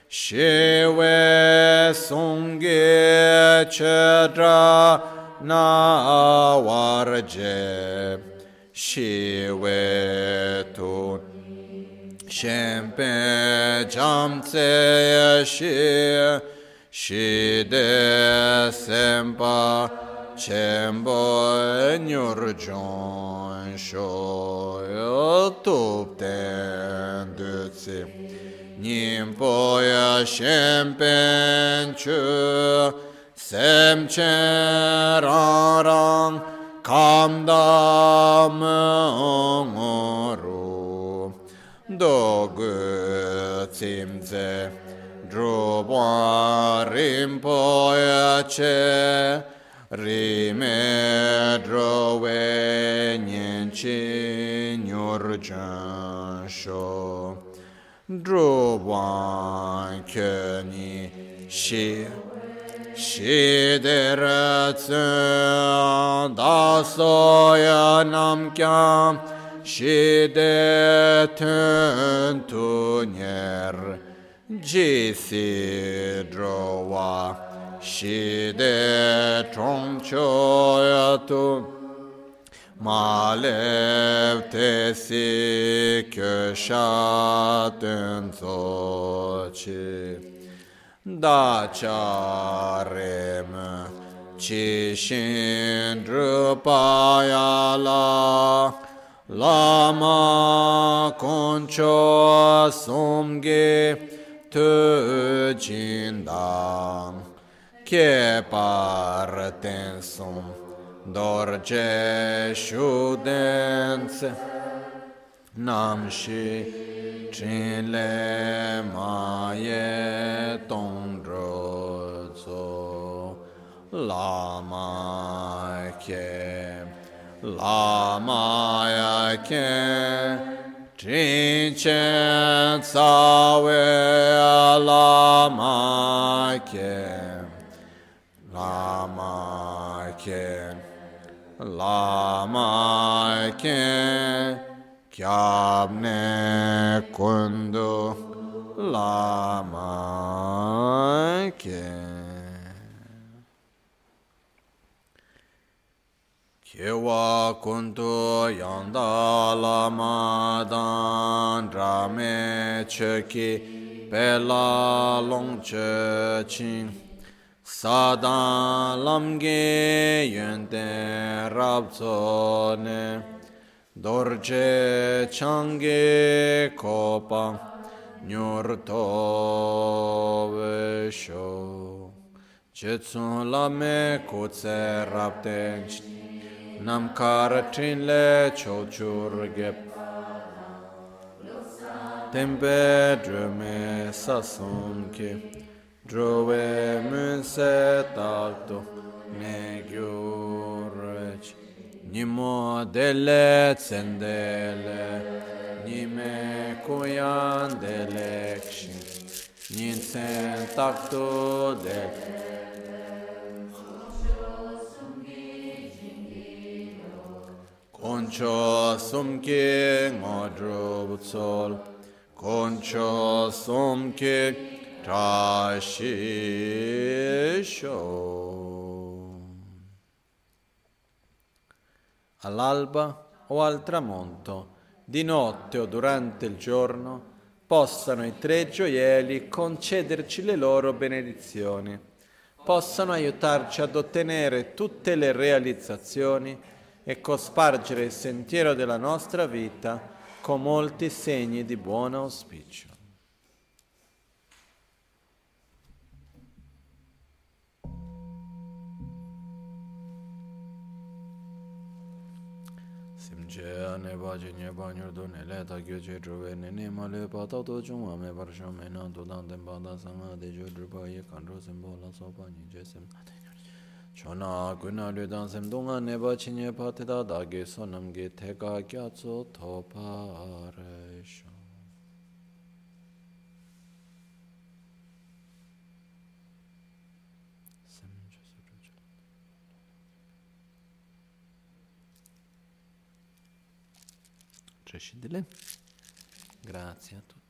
Shiwe Sungge Chedra Na Warje Shiwe Tu Shempe Jamtse Shide Sempa Chembo Nyurjon Shoyo Tupten Dutsi Nimpoya Shempen Chu Semchen Rarang Kamdam Oru Dogu Tsimze Drubwa Rimpoya Che Rime Drowe Nyenchi Nyurjan Sho Drubwa Kyoni Shi Shidera tsun da soya nam kyam Shide tun tu nyer Jisi drowa Shide trong choya tu Malev te si kyo sha tun so chi Da cha rem chi shin drupa ya la Lama concho somge tu jindam Che partensom dorje shudense Namshi Chinle Maye Tongdrozo Lama Ke Lama Ya Ke Trinchen Tsawe Lama Ke Lama Ke Lama Ke Kyabne Kundu Lama Ke Kyewa Kundu Yanda Lama Dan Drame Cheki Pela Long Ching Sadan Lamge Yente Rabzone Dorje Change Kopa Nyurto Vesho Jetsun Lame Kutse Rapte Namkar Trinle Chochur Gep Tempe Drume Sasumke Drove Munse TaltoEgyurech Nimo delle zendele, nime kuyan delekshi, ninsen takto del. Concho sumki ngodro butsol, concho sumki trashisho. All'alba o al tramonto, di notte o durante il giorno, possano i tre gioielli concederci le loro benedizioni, possano aiutarci ad ottenere tutte le realizzazioni e cospargere il sentiero della nostra vita con molti segni di buon auspicio. Ne baci ne bagnurdu ne le ta gyoce truve ne ne ma le pa ta to chungwa me parsha me na to dan ten pa ta sanga de jo drupa ye kandro sembo la so pa ni je sem chona guna le dan sem donga ne baci ne pa te da da ge sonam ge te ka kya tso to pa re sho Grazie a tutti.